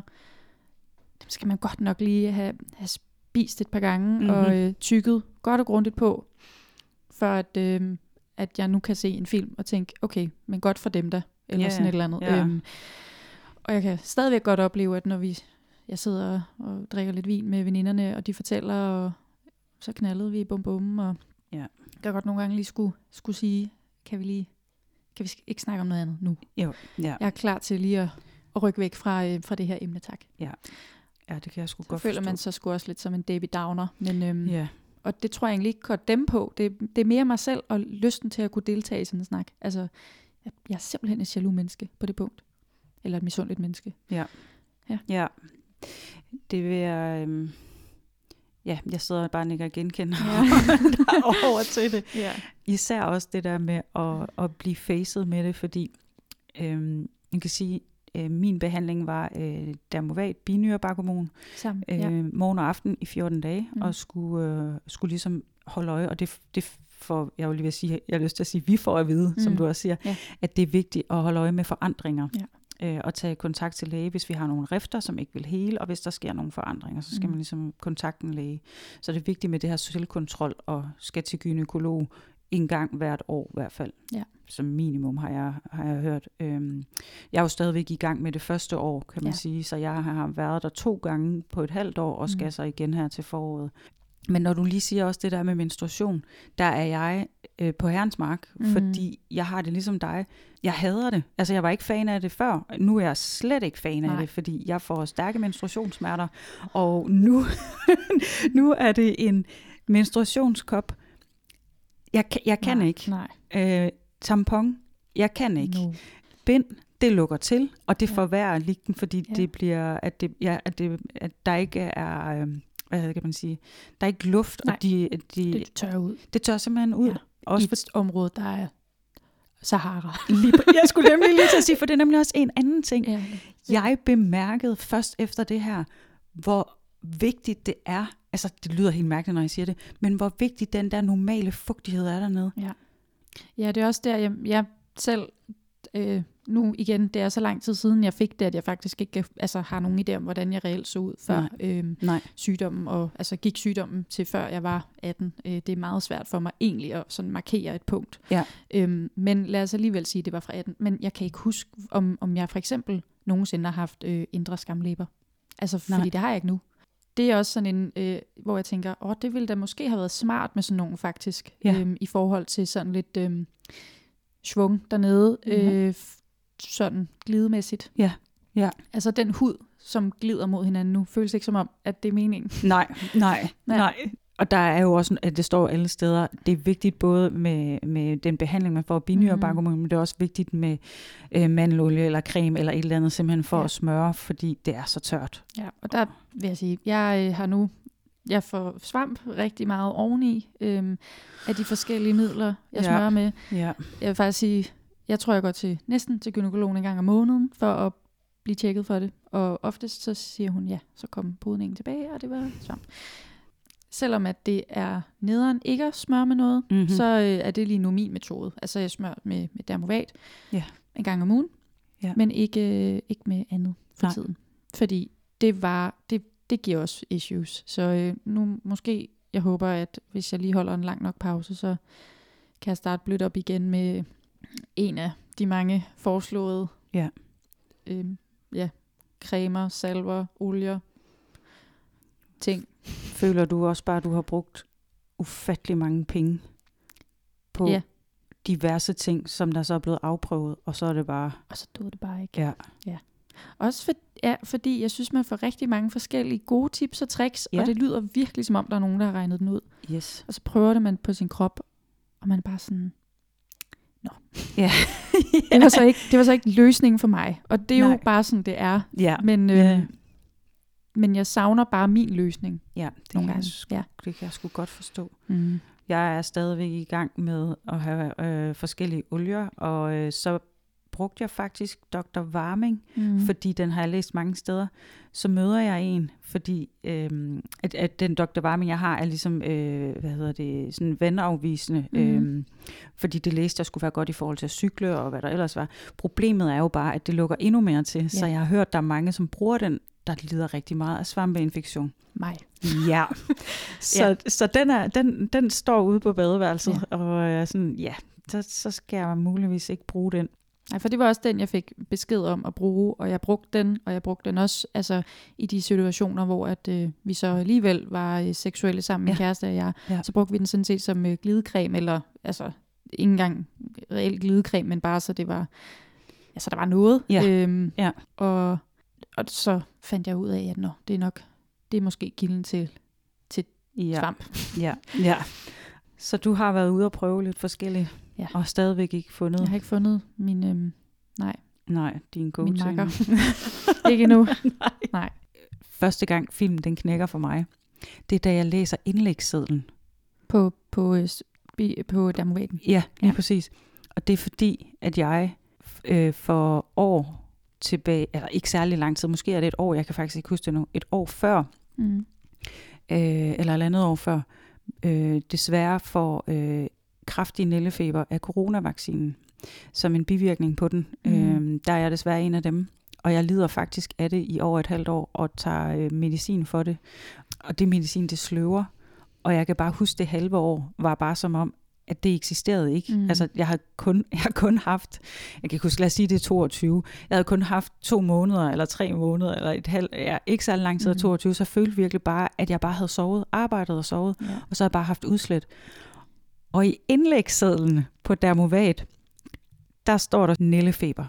skal man godt nok lige have, have spist et par gange, mm-hmm. og øh, tykket godt og grundigt på, for at, øh, at jeg nu kan se en film og tænke, okay, men godt for dem der, eller yeah, sådan et eller andet. Yeah. Øhm, og jeg kan stadigvæk godt opleve, at når vi, jeg sidder og drikker lidt vin med veninderne, og de fortæller, og så knaldede vi i bum bum, og yeah. jeg godt nogle gange lige skulle, skulle sige, kan vi lige, kan vi ikke snakke om noget andet nu? Jo, yeah. Jeg er klar til lige at, at rykke væk fra, øh, fra det her emne, tak. Ja. Yeah. Ja, det kan jeg sgu så godt føler forstå. man så sgu også lidt som en Debbie Downer. Men, øhm, yeah. Og det tror jeg egentlig ikke går dem på. Det, det er mere mig selv og lysten til at kunne deltage i sådan en snak. Altså, jeg, jeg er simpelthen et jaloux menneske på det punkt. Eller et misundeligt menneske. Ja. Ja. ja. Det vil jeg... Øhm, ja, jeg sidder bare og ikke genkender ja. over til det. Ja. Især også det der med at, at blive facet med det, fordi øhm, jeg kan sige, min behandling var øh, dermovat, binyrebarkhormon, ja. øh, morgen og aften i fjorten dage, mm. og skulle, øh, skulle ligesom holde øje, og det, det får, jeg vil lige vil sige, jeg har lyst til at sige, vi får at vide, mm. som du også siger, ja. at det er vigtigt at holde øje med forandringer, ja. øh, og tage kontakt til læge, hvis vi har nogle rifter, som ikke vil hele, og hvis der sker nogle forandringer, så skal mm. man ligesom kontakte en læge. Så det er vigtigt med det her selvkontrol, og skal til gynekolog en gang hvert år i hvert fald. Ja. Som minimum har jeg, har jeg hørt. Øhm, jeg er jo stadigvæk i gang med det første år, kan man ja. sige, så jeg har været der to gange på et halvt år, og skal mm. så igen her til foråret. Men når du lige siger også det der med menstruation, der er jeg øh, på herrens mark, mm. fordi jeg har det ligesom dig. Jeg hader det. Altså jeg var ikke fan af det før. Nu er jeg slet ikke fan Nej. af det, fordi jeg får stærke menstruationssmerter, og nu, nu er det en menstruationskop. Jeg, jeg kan nej, ikke. Nej. Øh, tampon, jeg kan ikke. No. Bind, det lukker til, og det ja. forværrer liggen, fordi ja. det bliver, at, det, ja, at, det, at der ikke er, øh, hvad kan man sige, der er ikke luft, nej. og de, de, det tør ud. Det tør simpelthen ud. Ja. Også i et for, område, der er Sahara. Lige, jeg skulle nemlig lige til at sige, for det er nemlig også en anden ting. Ja. Jeg bemærkede først efter det her, hvor vigtigt det er, altså det lyder helt mærkeligt, når jeg siger det, men hvor vigtigt den der normale fugtighed er dernede. Ja. Ja, det er også der, jeg, jeg selv Øh, nu igen, det er så lang tid siden, jeg fik det, at jeg faktisk ikke altså, har nogen idé om, hvordan jeg reelt så ud før Nej. øhm, Nej. sygdommen, og altså gik sygdommen til før jeg var atten. Øh, det er meget svært for mig egentlig at sådan markere et punkt. Ja. Øhm, men lad os alligevel sige, at det var fra atten. Men jeg kan ikke huske, om, om jeg for eksempel nogensinde har haft øh, indre skamlæber. Altså, fordi Nej. det har jeg ikke nu. Det er også sådan en, øh, hvor jeg tænker, åh, det ville da måske have været smart med sådan nogen faktisk, Ja. øhm, i forhold til sådan lidt øh, svung dernede, Mhm. øh, sådan glidemæssigt. Ja. Ja. Altså den hud, som glider mod hinanden nu, føles ikke som om, at det er meningen. Nej, nej, Nej. nej. Og der er jo også, at det står alle steder, det er vigtigt både med, med den behandling, man får af binyrebarkhormon, mm. men det er også vigtigt med øh, mandelolie eller creme eller et eller andet, simpelthen for Ja. at smøre, fordi det er så tørt. Ja, og der vil jeg sige, jeg øh, har nu, jeg får svamp rigtig meget oveni øh, af de forskellige midler, jeg Ja. smører med. Ja. Jeg vil faktisk sige, jeg tror, jeg går til næsten til gynækologen en gang om måneden, for at blive tjekket for det. Og oftest så siger hun, ja, så kom podningen tilbage, og det var svamp. Selvom at det er nederen ikke at smøre med noget, Mhm. mm-hmm. så øh, er det lige nu min metode. Altså jeg smører med, med Dermovat Ja. en gang om ugen, Ja. men ikke, øh, ikke med andet for Nej. tiden. Fordi det var, det, det giver også issues. Så øh, nu måske, jeg håber, at hvis jeg lige holder en lang nok pause, så kan jeg starte blødt op igen med en af de mange foreslåede Ja. øh, ja, cremer, salver, olier, ting. Føler du også bare, at du har brugt ufattelig mange penge på Ja. diverse ting, som der så er blevet afprøvet, og så er det bare, Og så døde det bare ikke. ja, Også for, ja, fordi jeg synes, man får rigtig mange forskellige gode tips og tricks, Ja. og det lyder virkelig som om, der er nogen, der har regnet den ud. yes. Og så prøver det man på sin krop, og man er bare sådan, Ja. det var så ikke, det var så ikke løsningen for mig. Og det er Nej. jo bare sådan, det er. Ja, Men, øh, Ja. men jeg savner bare min løsning ja, det, nogle kan gange. jeg, sgu- Ja. det kan jeg sgu godt forstå. Mm. Jeg er stadigvæk i gang med at have øh, forskellige olier, og øh, så brugte jeg faktisk doktor Warming, Mm. fordi den har jeg læst mange steder. Så møder jeg en, fordi øh, at, at den doktor Warming, jeg har, er ligesom, øh, hvad hedder det, sådan vandafvisende, Mhm. øh, fordi det læste jeg skulle være godt i forhold til at cykle, og hvad der ellers var. Problemet er jo bare, at det lukker endnu mere til, ja. Så jeg har hørt, der er mange, som bruger den, der lider rigtig meget af svampeinfektion. Mig. Ja, så, Ja. så den, er, den, den står ude på badeværelset, Ja. ja. og øh, sådan, ja, så, så skal jeg muligvis ikke bruge den. Nej, for det var også den, jeg fik besked om at bruge, og jeg brugte den, og jeg brugte den også altså, i de situationer, hvor at, øh, vi så alligevel var øh, seksuelle sammen, min Ja. kæreste og jeg. Ja. Så brugte vi den sådan set som øh, glidecreme, eller altså ikke engang reelt glidecreme, men bare så det var, altså der var noget. Ja. Øhm, Ja. Og, og så fandt jeg ud af, at nå, det er nok, det er måske kilden til, til Ja. svamp. Ja, ja. Så du har været ude og prøve lidt forskelligt, Ja. og stadigvæk ikke fundet, Jeg har ikke fundet min, øhm, nej, nej, din go min til. makker. Ikke endnu. Nej. Nej. Første gang filmen den knækker for mig, det er da jeg læser indlægssedlen. På, på, øh, spi- på Dermovaten. Ja, lige Ja. præcis. Og det er fordi, at jeg øh, for år tilbage, eller ikke særlig lang tid, måske er det et år, jeg kan faktisk ikke huske det nu, et år før, Mm. øh, eller et andet år før, øh, desværre får øh, kraftig nældefeber af coronavaccinen, som en bivirkning på den. Mm. Øh, der er jeg desværre en af dem, og jeg lider faktisk af det i over et halvt år, og tager øh, medicin for det. Og det medicin, det sløver, og jeg kan bare huske, det halve år var bare som om, at det eksisterede ikke. Mm. Altså, jeg har kun, jeg har kun haft, jeg kan ikke huske, lad os sige, det er toogtyve. Jeg havde kun haft to måneder, eller tre måneder, eller et halvt, ja, ikke så lang tid af Mhm. toogtyve, så jeg følte virkelig bare, at jeg bare havde sovet, arbejdet og sovet, Ja. og så havde jeg bare haft udslæt. Og i indlægssedlen på Dermovat, der står der nældefeber.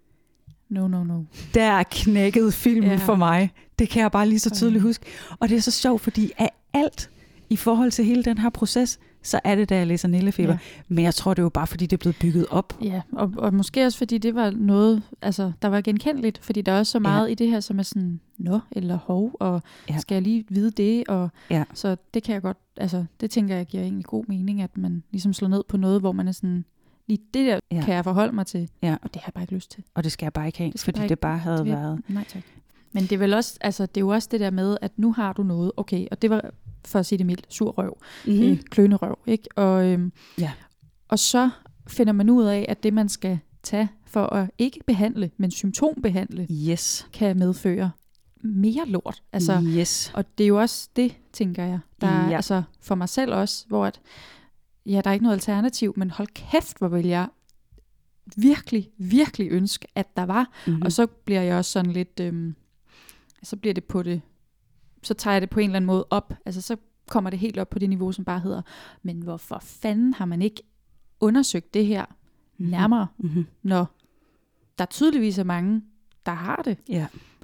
No, no, no. Der er knækket filmen Ja. for mig. Det kan jeg bare lige så tydeligt Okay. huske. Og det er så sjovt, fordi af alt i forhold til hele den her proces, så er det, da jeg læser nældefeber. Ja. Men jeg tror, det er jo bare, fordi det er blevet bygget op. Ja, og, og måske også fordi det var noget, altså der var genkendeligt, fordi der er også så meget ja. i det her, som er sådan, nå, eller hov, og Ja. ja. skal jeg lige vide det, og Ja. så det kan jeg godt, altså det tænker jeg giver egentlig god mening, at man ligesom slår ned på noget, hvor man er sådan, lige det der Ja. ja. kan jeg forholde mig til, Ja. og det har jeg bare ikke lyst til. Og det skal jeg bare ikke have, Det skal fordi bare det ikke- bare havde det vil- været... Nej tak. Men det er vel også, altså det er jo også det der med, at nu har du noget, okay, og det var, for at sige det mildt, sur røv. Mm-hmm. øh, klønerøv, ikke? Og, øhm, Ja. og så finder man ud af, at det man skal tage for at ikke behandle, men symptombehandle, yes. kan medføre mere lort. Altså, yes. Og det er jo også det, tænker jeg, der ja. altså for mig selv også, hvor at, ja, der er ikke noget alternativ, men hold kæft, hvor vil jeg virkelig, virkelig ønske, at der var. Mm-hmm. Og så bliver jeg også sådan lidt, øhm, så bliver det på det, så tager jeg det på en eller anden måde op. Altså så kommer det helt op på det niveau, som bare hedder, men hvorfor fanden har man ikke undersøgt det her mm-hmm. nærmere, mm-hmm. når der tydeligvis er mange, der har det. Ja.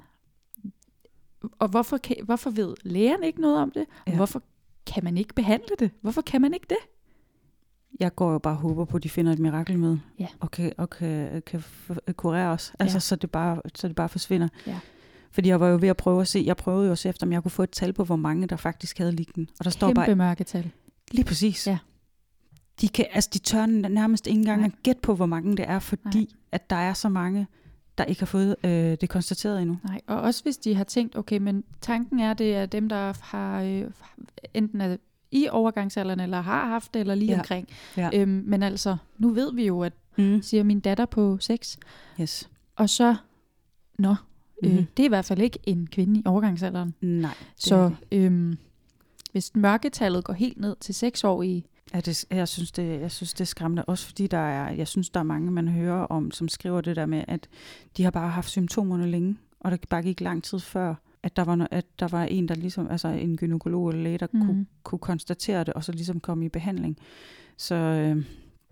Og hvorfor, kan, hvorfor ved lægerne ikke noget om det? Og ja. hvorfor kan man ikke behandle det? Hvorfor kan man ikke det? Jeg går jo bare og håber på, at de finder et mirakel med, ja. og kan, og kan, kan kurere os, altså, ja. så, det bare, så det bare forsvinder. Ja. Fordi jeg var jo ved at prøve at se, jeg prøvede jo at se efter, om jeg kunne få et tal på, hvor mange der faktisk havde liggende. Og der står Kæmpe bare mørketal. Lige præcis. Ja. De, kan, altså, de tør nærmest ikke engang at gætte på, hvor mange det er, fordi Nej. at der er så mange, der ikke har fået øh, det konstateret endnu. Nej, og også hvis de har tænkt, okay, men tanken er, det er dem, der har øh, enten er i overgangsalderen, eller har haft det, eller lige ja. omkring. Ja. Øhm, men altså, nu ved vi jo, at, mm. siger min datter på seks, yes. og så, nå, mm-hmm. øh, det er i hvert fald ikke en kvinde i overgangsalderen. Nej. Så øh, hvis mørketallet går helt ned til seksårige, ja, det, jeg synes det, jeg synes det er skræmmende, også fordi der er, jeg synes der er mange man hører om, som skriver det der med, at de har bare haft symptomerne længe, og der bare gik lang tid før, at der var at der var en der ligesom, altså en gynekolog eller læge, der mm. kunne, kunne konstatere det, og så ligesom komme i behandling. Så øh,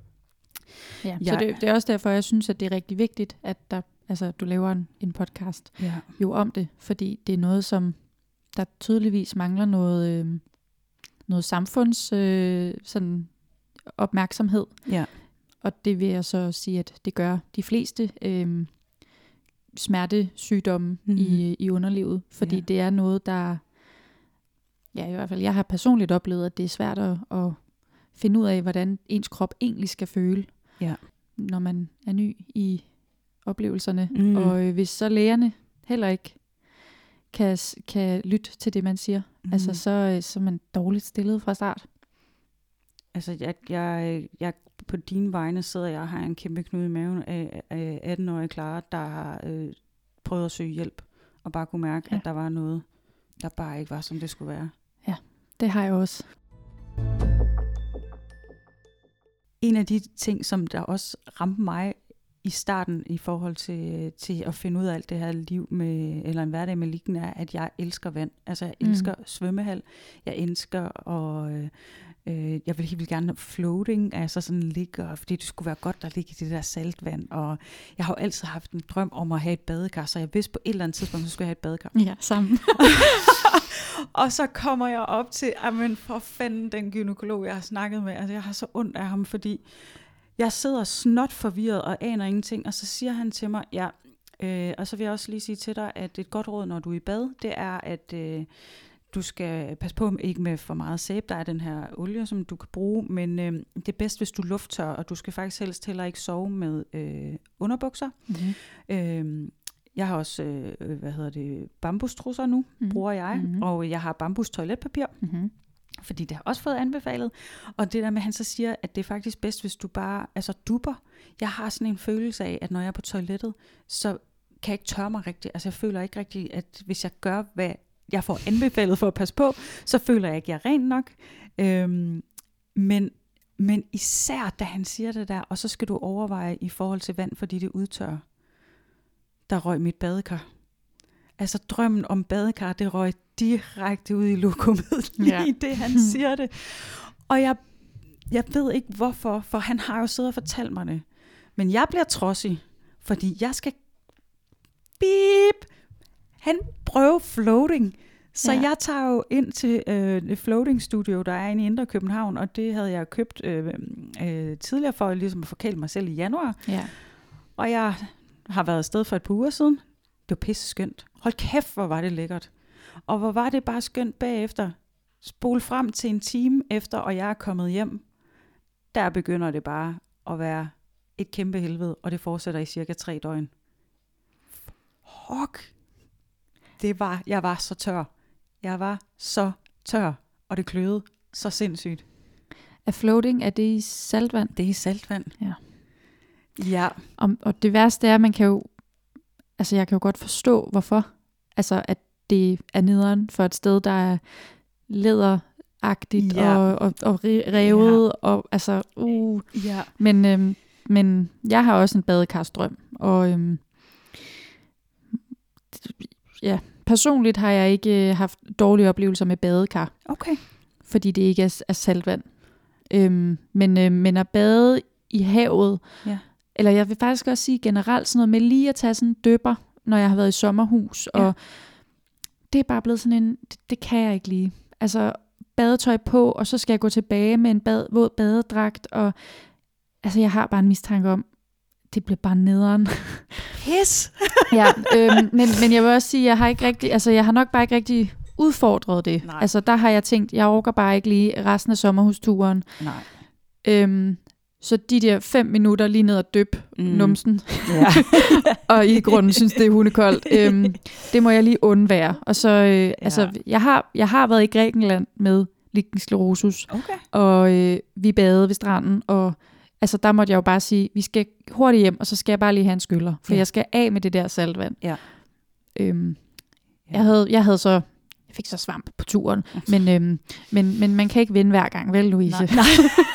ja, jeg, så det, det er også derfor jeg synes, at det er rigtig vigtigt, at der, altså du laver en, en podcast ja. jo om det, fordi det er noget som der tydeligvis mangler noget øh, noget samfunds øh, sådan opmærksomhed. Ja. Og det vil jeg så sige, at det gør de fleste øh, smertesygdomme mm-hmm. i, i underlivet. Fordi ja. det er noget, der... Ja, i hvert fald, jeg har personligt oplevet, at det er svært at, at finde ud af, hvordan ens krop egentlig skal føle, ja. når man er ny i oplevelserne. Mm. Og øh, hvis så lægerne heller ikke kan, kan lytte til det, man siger, mm. altså så, så er man dårligt stillet fra start. Altså, jeg, jeg, jeg på dine vegne sidder jeg og har en kæmpe knude i maven af, af atten-årige Clara, der har øh, prøvet at søge hjælp, og bare kunne mærke, ja. at der var noget, der bare ikke var, som det skulle være. Ja, det har jeg også. En af de ting, som der også ramte mig i starten i forhold til, til at finde ud af alt det her liv med, eller en hverdag med liggen, er, at jeg elsker vand. Altså jeg elsker mm. svømmehal. Jeg elsker at, øh, jeg vil helt vildt gerne floating, altså sådan ligge, fordi det skulle være godt at ligge i det der saltvand. Og jeg har jo altid haft en drøm om at have et badekar, så jeg vidste på et eller andet tidspunkt, så skulle jeg have et badekar. Ja, sammen. Og så kommer jeg op til, men for fanden den gynekolog, jeg har snakket med, altså jeg har så ondt af ham, fordi jeg sidder snot forvirret og aner ingenting, og så siger han til mig, ja, øh, og så vil jeg også lige sige til dig, at et godt råd, når du er i bad, det er, at øh, du skal passe på ikke med for meget sæbe. Der er den her olie, som du kan bruge, men øh, det er bedst, hvis du lufttør, og du skal faktisk helst heller ikke sove med øh, underbukser. Mm-hmm. Øh, jeg har også, øh, hvad hedder det, bambustrusser nu, mm-hmm. bruger jeg, mm-hmm. og jeg har bambus toiletpapir. Mm-hmm. Fordi det har også fået anbefalet. Og det der med, at han så siger, at det er faktisk bedst, hvis du bare altså dupper. Jeg har sådan en følelse af, at når jeg er på toilettet, så kan jeg ikke tørre mig rigtigt. Altså jeg føler ikke rigtigt, at hvis jeg gør, hvad jeg får anbefalet for at passe på, så føler jeg ikke, at jeg er ren nok. Øhm, men, men især da han siger det der, og så skal du overveje i forhold til vand, fordi det udtørrer. Der røg mit badekar. Altså drømmen om badekar, det røg direkte ud i lokummet, lige ja. det han siger det. Og jeg, jeg ved ikke hvorfor, for han har jo siddet og fortalt mig det. Men jeg bliver trodsig, fordi jeg skal beep, han prøver floating. Så ja. jeg tager jo ind til øh, et floating studio, der er inde i Indre København, og det havde jeg købt øh, øh, tidligere for ligesom at forkæle mig selv i januar. Ja. Og jeg har været afsted for et par uger siden. Det var pisse skønt. Hold kæft, hvor var det lækkert. Og hvor var det bare skønt bagefter. Spol frem til en time efter, og jeg er kommet hjem. Der begynder det bare at være et kæmpe helvede, og det fortsætter i cirka tre døgn. Fuck. Det var, jeg var så tør. Jeg var så tør, og det kløede så sindssygt. Er floating, er det i saltvand? Det er i saltvand. Ja. Ja. Og, og det værste er, at man kan jo, altså jeg kan jo godt forstå, hvorfor. Altså, at det er nederen for et sted, der er læderagtigt ja. og, og, og revet, ja. og altså, uh. Ja. Men, øhm, men jeg har også en badekarstrøm, og øhm, ja, personligt har jeg ikke haft dårlige oplevelser med badekar. Okay. Fordi det ikke er, er saltvand. Øhm, men, øhm, men at bade i havet, ja. Eller jeg vil faktisk også sige generelt sådan noget med lige at tage sådan en dypper, når jeg har været i sommerhus, ja. Og det er bare blevet sådan en, det, det kan jeg ikke lide. Altså badetøj på, og så skal jeg gå tilbage med en bad, våd badedragt, og altså jeg har bare en mistanke om, det bliver bare nederen. Pis! ja, øhm, men, men jeg vil også sige, jeg har ikke rigtig, altså jeg har nok bare ikke rigtig udfordret det. Nej. Altså der har jeg tænkt, jeg orker bare ikke lige resten af sommerhusturen. Nej. Øhm, så de der fem minutter lige ned og døb mm. numsen, ja. og i grunden synes, det er hundekoldt, øhm, det må jeg lige undvære. Og så, øh, ja. altså, jeg har, jeg har været i Grækenland med lichen sclerosus, okay. og øh, vi badede ved stranden, og altså, der måtte jeg jo bare sige, vi skal hurtigt hjem, og så skal jeg bare lige have en skyller, for ja. Jeg skal af med det der saltvand. Ja. Øhm, ja. Jeg, havde, jeg havde så Jeg fik så svamp på turen, men, øhm, men, men man kan ikke vinde hver gang, vel, Louise? Nej,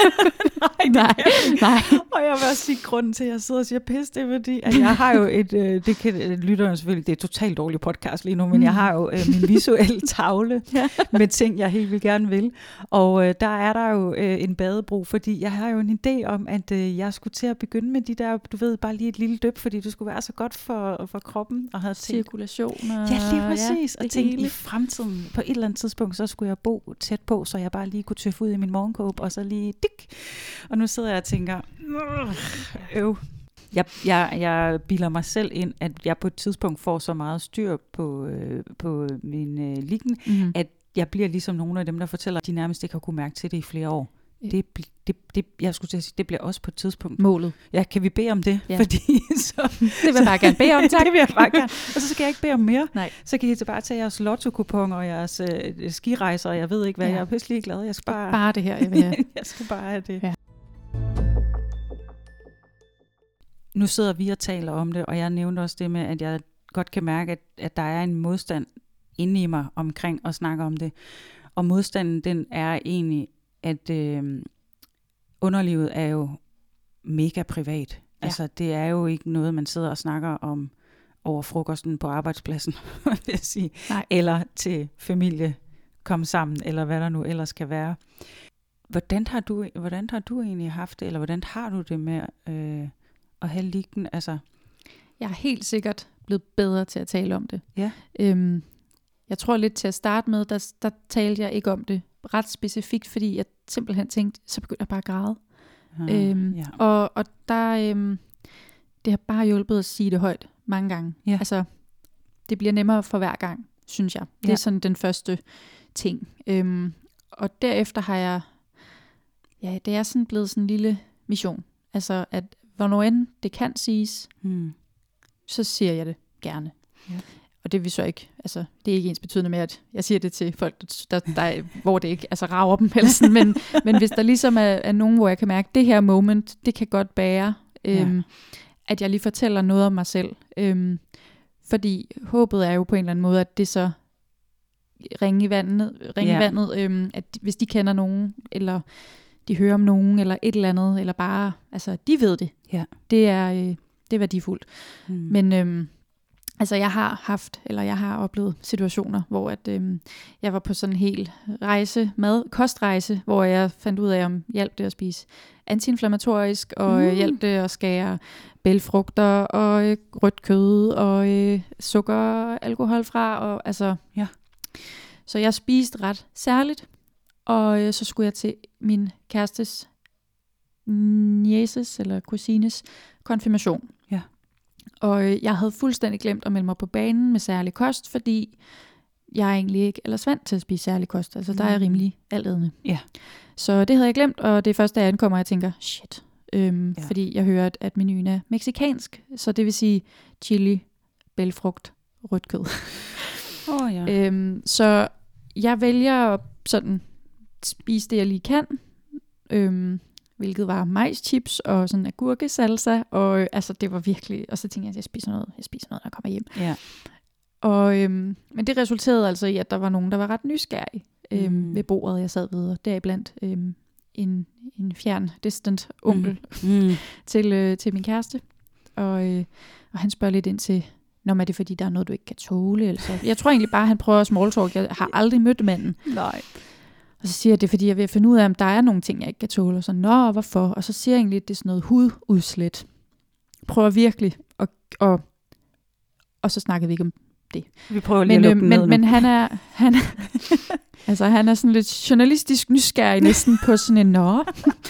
nej, nej, nej. Og jeg vil også sige, grunden til, at jeg sidder og siger pis, det er fordi, at jeg har jo et, øh, det kan lytterne selvfølgelig, det er et totalt dårligt podcast lige nu, men mm. jeg har jo øh, min visuelle tavle ja. Med ting, jeg helt vil gerne vil. Og øh, der er der jo øh, en badebro, fordi jeg har jo en idé om, at øh, jeg skulle til at begynde med de der, du ved, bare lige et lille dyb, fordi det skulle være så godt for, for kroppen. Og havde tænkt, cirkulation. Og, ja, lige præcis. Ja, og tænkte, i fremtiden, på et eller andet tidspunkt, så skulle jeg bo tæt på, så jeg bare lige kunne tøffe ud i min morgenkåb, og så lige dik. Og nu sidder jeg og tænker, øv. Jeg, jeg, jeg bilder mig selv ind, at jeg på et tidspunkt får så meget styr på, øh, på min øh, liggen, mm-hmm. at jeg bliver ligesom nogle af dem, der fortæller, at de nærmest ikke har kunne mærke til det i flere år. Det, det, det, jeg skulle til at sige, det bliver også på et tidspunkt. Målet. Ja, kan vi bede om det? Ja. Fordi så, det vil jeg bare gerne bede om, tak. Det vil jeg bare gerne. Og så skal jeg ikke bede om mere. Nej. Så kan I bare tage jeres lotto-kupon og jeres øh, skirejser, og jeg ved ikke hvad, ja. Jeg er pisselig glad. Jeg skal bare... Bare det her, jeg vil have. Jeg skal bare have det. Ja. Nu sidder vi og taler om det, og jeg nævnte også det med, at jeg godt kan mærke, at, at der er en modstand inde i mig omkring at snakke om det. Og modstanden, den er egentlig, at øh, underlivet er jo mega privat. Ja. Altså, det er jo ikke noget, man sidder og snakker om over frokosten på arbejdspladsen, vil jeg sige. Nej. Eller til familie, komme sammen, eller hvad der nu ellers kan være. Hvordan har du, hvordan har du egentlig haft det, eller hvordan har du det med øh, at have liggen? Altså? Jeg er helt sikkert blevet bedre til at tale om det. Ja. Øhm, jeg tror lidt til at starte med, der, der talte jeg ikke om det ret specifikt, fordi jeg simpelthen tænkte, så begyndte jeg bare at græde. Ah, øhm, ja. og, og der, øhm, det har bare hjulpet at sige det højt mange gange. Ja. Altså, det bliver nemmere for hver gang, synes jeg. Det ja. Er sådan den første ting. Øhm, og derefter har jeg, ja, det er sådan blevet sådan en lille mission. Altså, at hvornår end det kan siges, hmm. så siger jeg det gerne. Ja. Og det vil så ikke, altså det er ikke ens betydende med, at jeg siger det til folk, der, der, hvor det ikke altså rager dem, eller sådan, men, men hvis der ligesom er, er nogen, hvor jeg kan mærke, at det her moment, det kan godt bære, øhm, ja. At jeg lige fortæller noget om mig selv. Øhm, fordi håbet er jo på en eller anden måde, at det så ringer i vandet, ringe ja. vandet øhm, at hvis de kender nogen, eller de hører om nogen, eller et eller andet, eller bare, altså de ved det. Ja. Det er, øh, det er værdifuldt. Hmm. Men øhm, altså jeg har haft, eller jeg har oplevet situationer, hvor at, øhm, jeg var på sådan en hel rejse, mad, kostrejse, hvor jeg fandt ud af, om hjalp det at spise antiinflammatorisk, og mm. hjalp det at skære bælgfrugter, og øh, rødt kød, og øh, sukker, alkohol fra, og altså, ja. Så jeg spiste ret særligt, og øh, så skulle jeg til min kærestes nieces, eller kusines konfirmation. Ja. Og øh, jeg havde fuldstændig glemt at melde mig på banen med særlig kost, fordi jeg er egentlig ikke ellers vant til at spise særlig kost. Altså der er jeg rimelig altædende. Ja. Så det havde jeg glemt, og det er først, da jeg ankommer, jeg tænker, shit. Øhm, ja. Fordi jeg hører, at, at menuen er mexikansk, så det vil sige chili, bælgfrugt, rødt kød. Oh, ja. øhm, så jeg vælger at sådan spise det, jeg lige kan. Øhm, hvilket var majschips og sådan agurkesalsa, og øh, altså det var virkelig, og så tænkte jeg, at jeg spiser noget, jeg spiser noget, når jeg kommer hjem. Ja. Og, øhm, men det resulterede altså i, at der var nogen, der var ret nysgerrige øhm, mm. ved bordet, jeg sad ved, og deriblandt øhm, en, en fjern, distant onkel mm. Mm. til, øh, til min kæreste. Og, øh, og han spørger lidt ind til, nå, men er det fordi, der er noget, du ikke kan tåle? Eller så. Jeg tror egentlig bare, han prøver at smalltalk. Jeg har aldrig mødt manden. Nej. Og så siger jeg, det er fordi, jeg vil finde ud af, om der er nogle ting, jeg ikke kan tåle. Og så, nå, hvorfor? Og så siger jeg egentlig, det er sådan noget hududslæt. Prøver virkelig. Og, og, og så snakkede vi ikke om det. Vi prøver lige men, at lukke øh, men, men han er, han, altså, han er sådan lidt journalistisk nysgerrig næsten på sådan en, nå,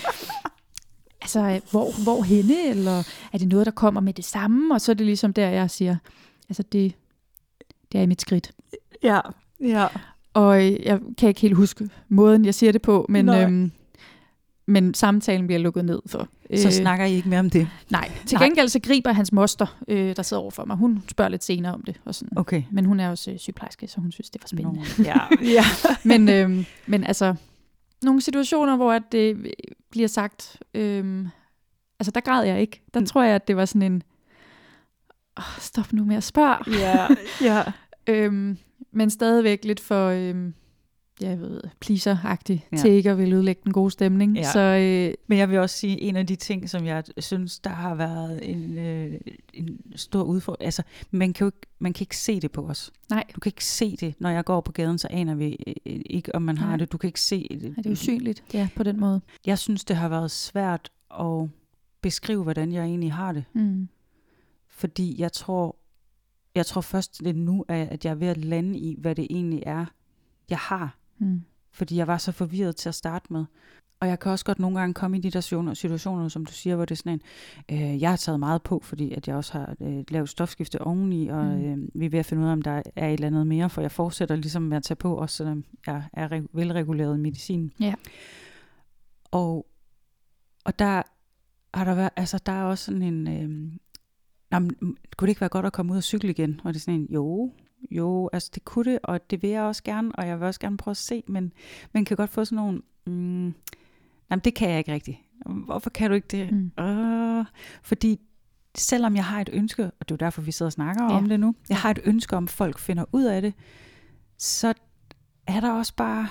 altså, hvor, hvor henne? Eller er det noget, der kommer med det samme? Og så er det ligesom der, jeg siger, altså, det, det er i mit skridt. Ja, ja. Og jeg kan ikke helt huske måden, jeg siger det på, men, øhm, men samtalen bliver lukket ned for. Så øh, snakker I ikke mere om det? Nej. Til gengæld så griber hans moster, øh, der sidder over for mig. Hun spørger lidt senere om det. Og sådan. Okay. Men hun er også øh, sygeplejerske, så hun synes, det var spændende. No. Ja. Ja. men, øh, men altså, nogle situationer, hvor at det bliver sagt, øh, altså der græd jeg ikke. Der mm. tror jeg, at det var sådan en, oh, stop nu med at spørge. Ja, ja. øhm, men stadigvæk lidt for, øhm, jeg ved, pleaser-agtig ja. til ikke at ville udlægge den gode stemning. Ja. Så, øh, men jeg vil også sige, en af de ting, som jeg synes, der har været en, øh, en stor udfordring, altså man kan jo ikke, man kan ikke se det på os. Nej. Du kan ikke se det, når jeg går på gaden, så aner vi ikke, om man Nej. har det. Du kan ikke se det. Nej, det er usynligt, ja, på den måde. Jeg synes, det har været svært at beskrive, hvordan jeg egentlig har det. Mm. Fordi jeg tror, jeg tror først det nu, at jeg er ved at lande i, hvad det egentlig er, jeg har. Mm. Fordi jeg var så forvirret til at starte med. Og jeg kan også godt nogle gange komme i de der situationer, som du siger, hvor det er sådan en, øh, jeg har taget meget på, fordi at jeg også har øh, lavet stofskifte oveni, og mm. øh, vi er ved at finde ud af, om der er et eller andet mere, for jeg fortsætter ligesom med at tage på, også selvom jeg er re- velreguleret i medicin. Ja. Og, og der har der været, altså der er også sådan en, øh, jamen, kunne det ikke være godt at komme ud og cykle igen? Og det er sådan en, jo, jo, altså det kunne det, og det vil jeg også gerne, og jeg vil også gerne prøve at se, men man kan godt få sådan nogle, mm, jamen det kan jeg ikke rigtigt. Hvorfor kan du ikke det? Mm. Øh, fordi selvom jeg har et ønske, og det er jo derfor, vi sidder og snakker ja. om det nu, jeg har et ønske om, at folk finder ud af det, så er der også bare,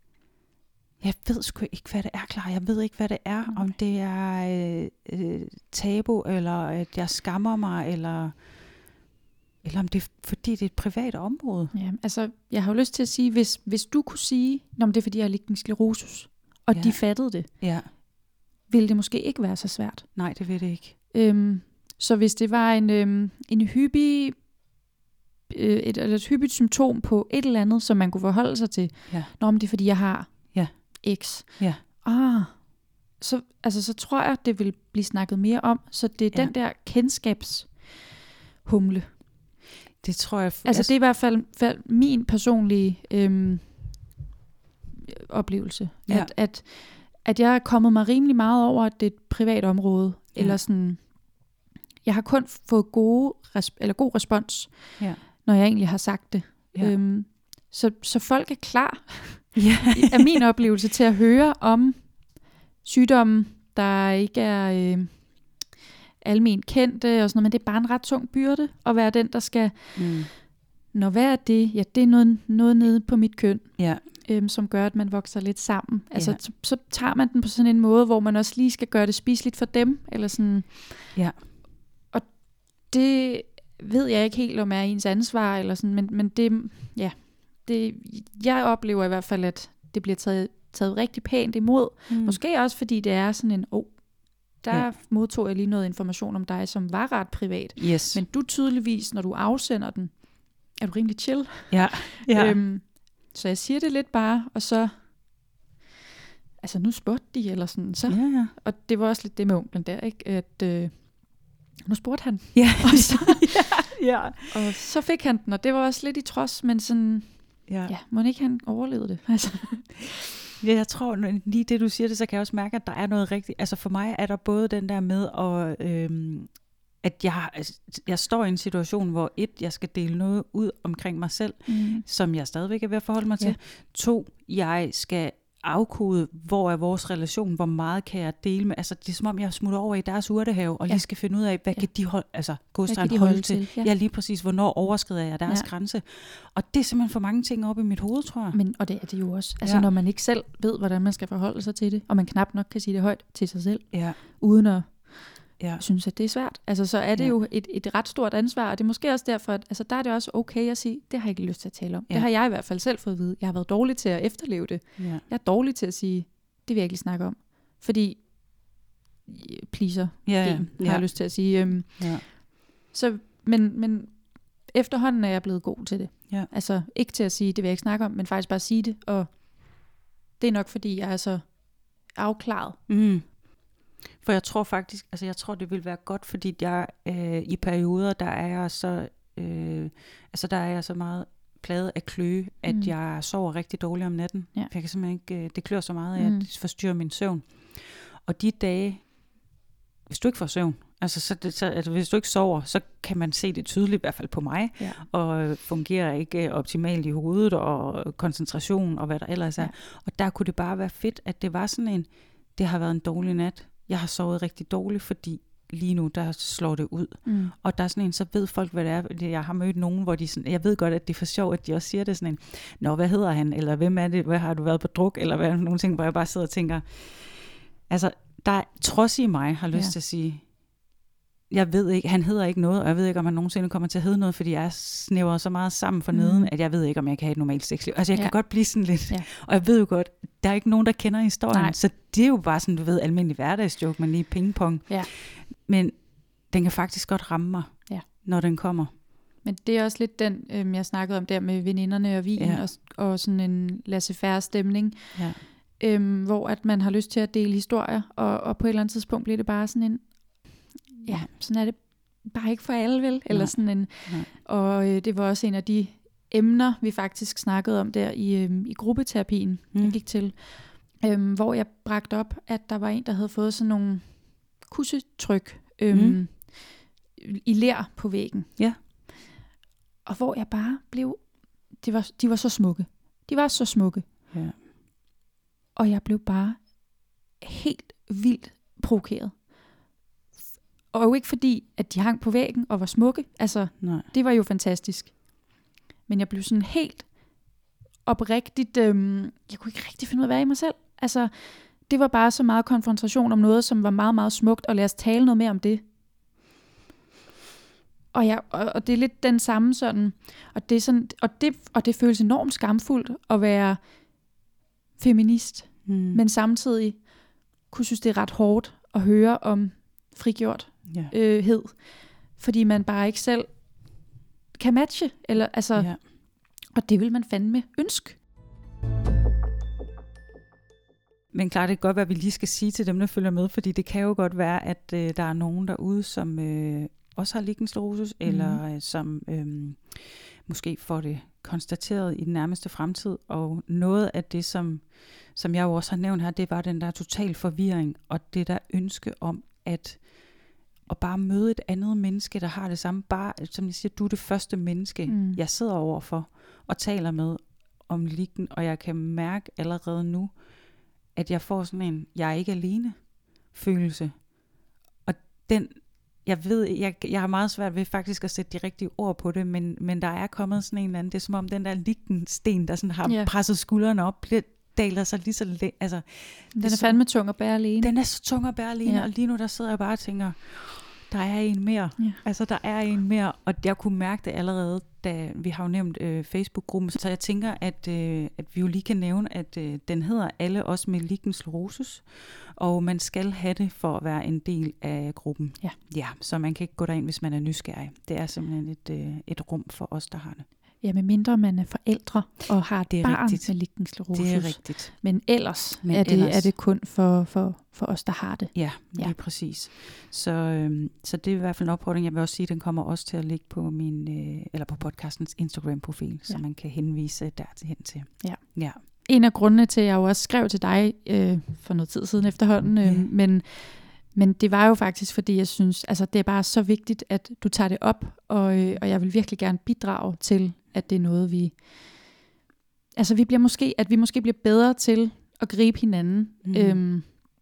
jeg ved sgu ikke, hvad det er, klar. Jeg ved ikke, hvad det er, okay. om det er øh, øh, tabu, eller at jeg skammer mig, eller... Eller om det er, fordi det er et privat område. Ja, altså, jeg har jo lyst til at sige, hvis, hvis du kunne sige, at det er fordi, jeg har liggende sklerosus, og ja. de fattede det, ja. ville det måske ikke være så svært. Nej, det vil det ikke. Øhm, så hvis det var en, øhm, en hyppig, øh, et, eller et hyppigt symptom på et eller andet, som man kunne forholde sig til, ja. Nå, men det er fordi, jeg har ja. X. Ja. Ah, så, altså, så tror jeg, det vil blive snakket mere om. Så det er ja. den der kendskabshumle. Det tror jeg... Altså det er i hvert fald, fald min personlige øhm, oplevelse. Ja. At, at, at jeg er kommet mig rimelig meget over, at det er et privat område. Ja. Eller sådan... Jeg har kun fået gode, eller god respons, ja. når jeg egentlig har sagt det. Ja. Øhm, så, så folk er klar, ja. er min oplevelse, til at høre om sygdommen, der ikke er... Øh, alment kendte og sådan noget, men det er bare en ret tung byrde at være den, der skal, mm. når hvad er det? Ja, det er noget, noget nede på mit køn, ja. øhm, som gør, at man vokser lidt sammen. Altså, ja. så, så tager man den på sådan en måde, hvor man også lige skal gøre det spiseligt for dem, eller sådan. Ja. Og det ved jeg ikke helt, om er ens ansvar, eller sådan, men, men det, ja, det, jeg oplever i hvert fald, at det bliver taget, taget rigtig pænt imod. Mm. Måske også, fordi det er sådan en, oh, der ja. modtog jeg lige noget information om dig, som var ret privat. Yes. Men du tydeligvis, når du afsender den, er du rimelig chill. Ja. Ja. Øhm, så jeg siger det lidt bare, og så, altså nu spurgte de, eller sådan, så. Ja, ja. Og det var også lidt det med onklen der, ikke? At øh, nu spurgte han. Ja. Og så, ja, ja. Og så fik han den, og det var også lidt i trods, men sådan, ja, ja må ikke han overlevede det, altså. Ja, jeg tror, lige det du siger det, så kan jeg også mærke, at der er noget rigtigt. Altså for mig er der både den der med, at, øhm, at jeg, jeg står i en situation, hvor et, jeg skal dele noget ud omkring mig selv, mm. som jeg stadigvæk er ved at forholde mig til. Ja. To, jeg skal afkode, hvor er vores relation, hvor meget kan jeg dele med, altså det er som om, jeg smutter over i deres urtehave, og lige skal finde ud af, hvad ja. kan de holde, altså godstregen holde, holde til, til? Ja. ja, lige præcis, hvornår overskrider jeg deres ja. grænse, og det er simpelthen for mange ting op i mit hoved, tror jeg. Men, og det er det jo også, altså ja. når man ikke selv ved, hvordan man skal forholde sig til det, og man knap nok kan sige det højt til sig selv, ja. uden at ja. synes, at det er svært, altså så er det ja. jo et, et ret stort ansvar, og det er måske også derfor, at altså, der er det også okay at sige, det har jeg ikke lyst til at tale om. Ja. Det har jeg i hvert fald selv fået at vide. Jeg har været dårlig til at efterleve det. Ja. Jeg er dårlig til at sige, det vil jeg ikke lige snakke om. Fordi, pleaser, ja, ja. har ja. jeg lyst til at sige. Øhm, ja. så, men, men efterhånden er jeg blevet god til det. Ja. Altså ikke til at sige, det vil jeg ikke snakke om, men faktisk bare sige det, og det er nok fordi, jeg er så afklaret. Mm. For jeg tror faktisk, altså jeg tror det vil være godt, fordi jeg øh, i perioder, der er jeg så, øh, altså der er jeg så meget plaget af kløe, at mm. jeg sover rigtig dårligt om natten. Ja. For jeg kan simpelthen ikke, det klør så meget, at mm. det forstyrrer min søvn. Og de dage, hvis du ikke får søvn, altså, så det, så, altså hvis du ikke sover, så kan man se det tydeligt, i hvert fald på mig, ja. og fungerer ikke optimalt i hovedet, og koncentration, og hvad der ellers er. Ja. Og der kunne det bare være fedt, at det var sådan en, det har været en dårlig nat. Jeg har sovet rigtig dårligt, fordi lige nu, der slår det ud. Mm. Og der er sådan en, så ved folk, hvad det er. Jeg har mødt nogen, hvor de sådan, jeg ved godt, at det er for sjovt, at de også siger det sådan en, nå, hvad hedder han? Eller hvem er det? Hvad har du været på druk? Eller hvad, nogle ting, hvor jeg bare sidder og tænker, altså, der er trods i mig, har lyst ja. til at sige, jeg ved ikke, han hedder ikke noget, og jeg ved ikke, om han nogensinde kommer til at hedde noget, fordi jeg er snævret så meget sammen for neden, mm. at jeg ved ikke, om jeg kan have et normalt sexliv. Altså, jeg ja. kan godt blive sådan lidt, ja. og jeg ved jo godt, der er ikke nogen, der kender historien, Nej. så det er jo bare sådan, du ved, almindelig hverdagsjoke, men lige pingpong. Ja. Men den kan faktisk godt ramme mig, ja. når den kommer. Men det er også lidt den, øhm, jeg snakkede om der med veninderne og vin, ja. og, og sådan en laissez-faire stemning, ja. øhm, hvor at man har lyst til at dele historier, og, og på et eller andet tidspunkt bliver det bare sådan en, ja, sådan er det bare ikke for alle, vel? Eller Nej. sådan en, Nej. og øh, det var også en af de emner, vi faktisk snakkede om der i, øh, i gruppeterapien, mm. jeg gik til, øh, hvor jeg bragte op, at der var en, der havde fået sådan nogle kussetryk øh, mm. i ler på væggen. Ja. Og hvor jeg bare blev, det var, de var så smukke. De var så smukke. Ja. Og jeg blev bare helt vildt provokeret. Og jo ikke fordi, at de hang på væggen og var smukke. Altså, Nej. det var jo fantastisk. Men jeg blev sådan helt oprigtigt, øhm, jeg kunne ikke rigtig finde ud af at være i mig selv. Altså, det var bare så meget konfrontation om noget, som var meget, meget smukt, og lad os tale noget mere om det. Og, jeg, og, og det er lidt den samme sådan, og det, er sådan, og det, og det føles enormt skamfuldt at være feminist, mm. men samtidig kunne synes, det er ret hårdt at høre om frigjort ja. øh, hed, fordi man bare ikke selv kan matche, eller altså, ja. og det vil man fandme ønske. Men klart, det kan godt være, at vi lige skal sige til dem, der følger med, fordi det kan jo godt være, at øh, der er nogen derude, som øh, også har liggensclerosis, mm. eller øh, som øh, måske får det konstateret i den nærmeste fremtid, og noget af det, som, som jeg jo også har nævnt her, det var den der total forvirring, og det der ønske om, at og bare møde et andet menneske, der har det samme. Bare, som jeg siger, du er det første menneske, mm. jeg sidder overfor og taler med om liggen, og jeg kan mærke allerede nu, at jeg får sådan en, jeg er ikke alene følelse. Og den, jeg ved, jeg, jeg har meget svært ved faktisk at sætte de rigtige ord på det, men, men der er kommet sådan en eller anden, det er som om den der liggensten, der sådan har yeah. presset skuldrene op, bliver daler sig lige så let. Altså, den er så, fandme tung at bære alene. Den er så tung at bære alene, ja. Og lige nu der sidder jeg bare og tænker, der er en mere. Ja. Altså der er en mere, og jeg kunne mærke det allerede, da vi har jo nævnt øh, Facebook-gruppen, så jeg tænker, at, øh, at vi jo lige kan nævne, at øh, den hedder Alle os med liggensclerosis, og man skal have det for at være en del af gruppen. Ja. Ja, så man kan ikke gå derind, hvis man er nysgerrig. Det er simpelthen et, øh, et rum for os, der har det. Ja, med mindre man er forældre og har et barn rigtigt. med liggensclerosis. Det er rigtigt. Men ellers, Men er, det, ellers. er det kun for, for, for os, der har det. Ja, lige ja. præcis. Så, øhm, så det er i hvert fald en opfordring. Jeg vil også sige, at den kommer også til at ligge på min øh, eller på podcastens Instagram-profil, ja. så man kan henvise derhen til. Ja. ja. En af grundene til, at jeg jo også skrev til dig øh, for noget tid siden efterhånden, øh, ja. men Men det var jo faktisk, fordi jeg synes, altså det er bare så vigtigt, at du tager det op, og, øh, og jeg vil virkelig gerne bidrage til, at det er noget, vi, altså vi bliver måske, at vi måske bliver bedre til at gribe hinanden. Mm. Øhm,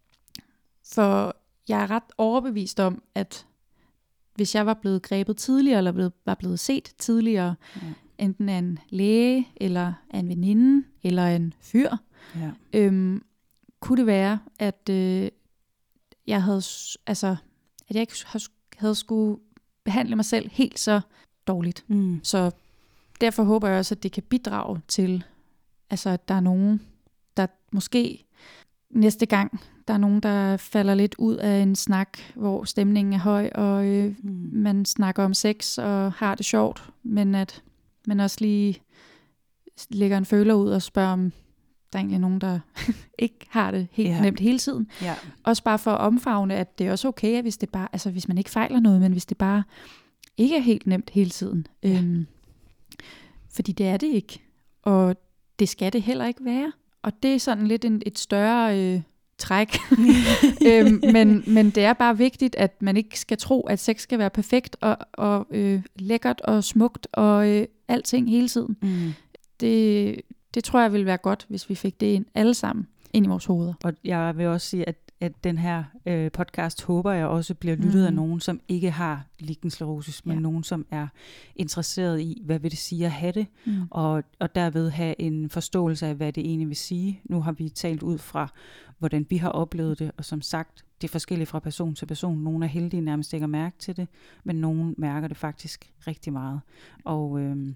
for jeg er ret overbevist om, at hvis jeg var blevet grebet tidligere, eller blevet, var blevet set tidligere, ja. enten af en læge, eller af en veninde, eller en fyr, ja. øhm, kunne det være, at øh, jeg havde, altså, at jeg ikke havde skulle behandle mig selv helt så dårligt. Mm. Så derfor håber jeg også, at det kan bidrage til, altså, at der er nogen, der måske næste gang, der er nogen, der falder lidt ud af en snak, hvor stemningen er høj, og øh, mm. man snakker om sex og har det sjovt, men at man også lige lægger en føler ud og spørger, om der er egentlig nogen, der ikke har det helt yeah. nemt hele tiden. Yeah. Også bare for at omfavne, at det er også okay, at hvis det bare, altså hvis man ikke fejler noget, men hvis det bare ikke er helt nemt hele tiden. Yeah. Øhm, fordi det er det ikke. Og det skal det heller ikke være. Og det er sådan lidt en, et større øh, træk. øhm, men, men det er bare vigtigt, at man ikke skal tro, at sex skal være perfekt og, og øh, lækkert og smukt og øh, alting hele tiden. Mm. Det, det tror jeg ville være godt, hvis vi fik det ind alle sammen ind i vores hoveder. Og jeg vil også sige, at, at den her øh, podcast håber jeg også bliver lyttet mm. af nogen, som ikke har lichen-sklerosis, men ja. nogen, som er interesseret i, hvad vil det sige at have det, mm. og, og derved have en forståelse af, hvad det egentlig vil sige. Nu har vi talt ud fra, hvordan vi har oplevet det, og som sagt, det er forskelligt fra person til person. Nogle er heldige nærmest ikke at mærke til det, men nogle mærker det faktisk rigtig meget. Og øh,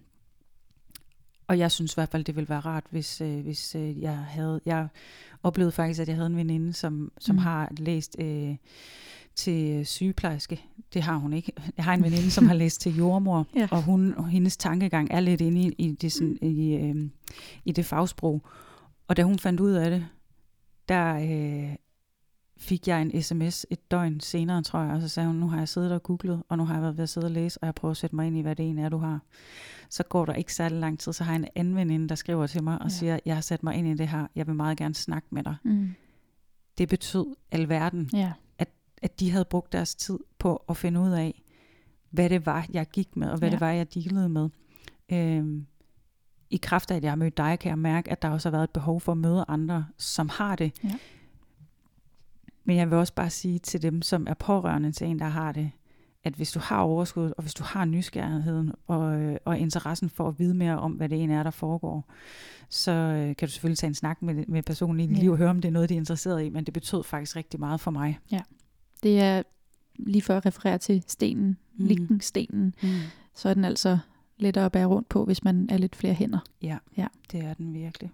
Og jeg synes i hvert fald, det ville være rart, hvis, øh, hvis øh, jeg havde... Jeg oplevede faktisk, at jeg havde en veninde, som, som mm. har læst øh, til sygeplejerske. Det har hun ikke. Jeg har en veninde, som har læst til jordmor, ja. og hun, og hendes tankegang er lidt inde i, i, det, sådan, i, øh, i det fagsprog. Og da hun fandt ud af det, der øh, fik jeg en sms et døgn senere, tror jeg, og så sagde hun, nu har jeg siddet og googlet, og nu har jeg været ved at sidde og læse, og jeg prøver at sætte mig ind i, hvad det egentlig er, du har. Så går der ikke særlig lang tid, så har jeg en anden veninde, der skriver til mig og ja. siger, jeg har sat mig ind i det her, jeg vil meget gerne snakke med dig. Mm. Det betød alverden, ja. at, at de havde brugt deres tid på at finde ud af, hvad det var, jeg gik med, og hvad ja. det var, jeg dealede med. Øhm, I kraft af, at jeg har mødt dig, kan jeg mærke, at der også har været et behov for at møde andre, som har det. Ja. Men jeg vil også bare sige til dem, som er pårørende til en, der har det, at hvis du har overskud, og hvis du har nysgerrigheden og, og interessen for at vide mere om, hvad det egentlig er, der foregår, så kan du selvfølgelig tage en snak med, med personen i dit ja. liv og høre, om det er noget, de er interesseret i, men det betød faktisk rigtig meget for mig. Ja, det er lige for at referere til stenen, mm. Lichtenstenen, mm. så er den altså lettere at bære rundt på, hvis man er lidt flere hænder. Ja, ja. Det er den virkelig.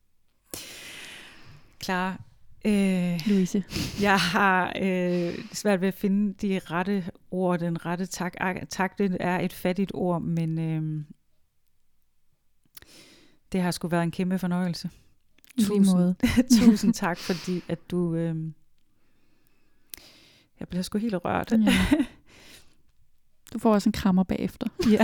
Clara, Øh, Louise. Jeg har øh, svært ved at finde de rette ord, den rette tak. Tak, det er et fattigt ord, men øh, det har sgu været en kæmpe fornøjelse. Tusind, tusind tak, fordi at du... Øh, jeg bliver sgu helt rørt. Ja. Du får også en krammer bagefter. Ja.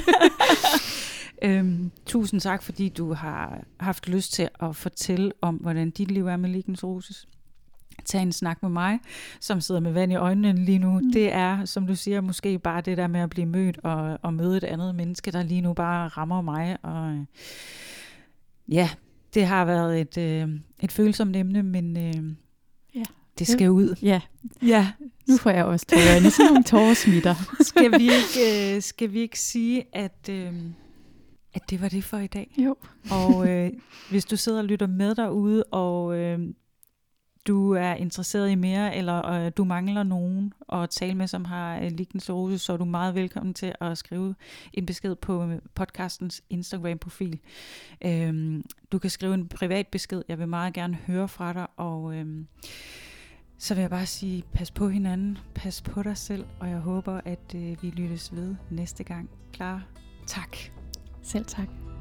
Øhm, tusind tak, fordi du har haft lyst til at fortælle om, hvordan dit liv er med lichen-sklerosis. Tag en snak med mig, som sidder med vand i øjnene lige nu. Mm. Det er, som du siger, måske bare det der med at blive mødt og, og møde et andet menneske, der lige nu bare rammer mig. Og ja, det har været et, øh, et følsomt emne, men øh, ja. det skal ud. Ja. Ja. Nu får jeg også tårer. Sådan nogle tårer smitter. Skal vi ikke, øh, skal vi ikke sige, at... Øh, at det var det for i dag. Jo. Og øh, hvis du sidder og lytter med derude, og øh, du er interesseret i mere, eller øh, du mangler nogen at tale med, som har øh, lichen-sklerosis, så er du meget velkommen til at skrive en besked på podcastens Instagram-profil. Øh, du kan skrive en privat besked. Jeg vil meget gerne høre fra dig, og øh, så vil jeg bare sige, pas på hinanden, pas på dig selv, og jeg håber, at øh, vi lyttes ved næste gang. Klar? Tak. Selv tak.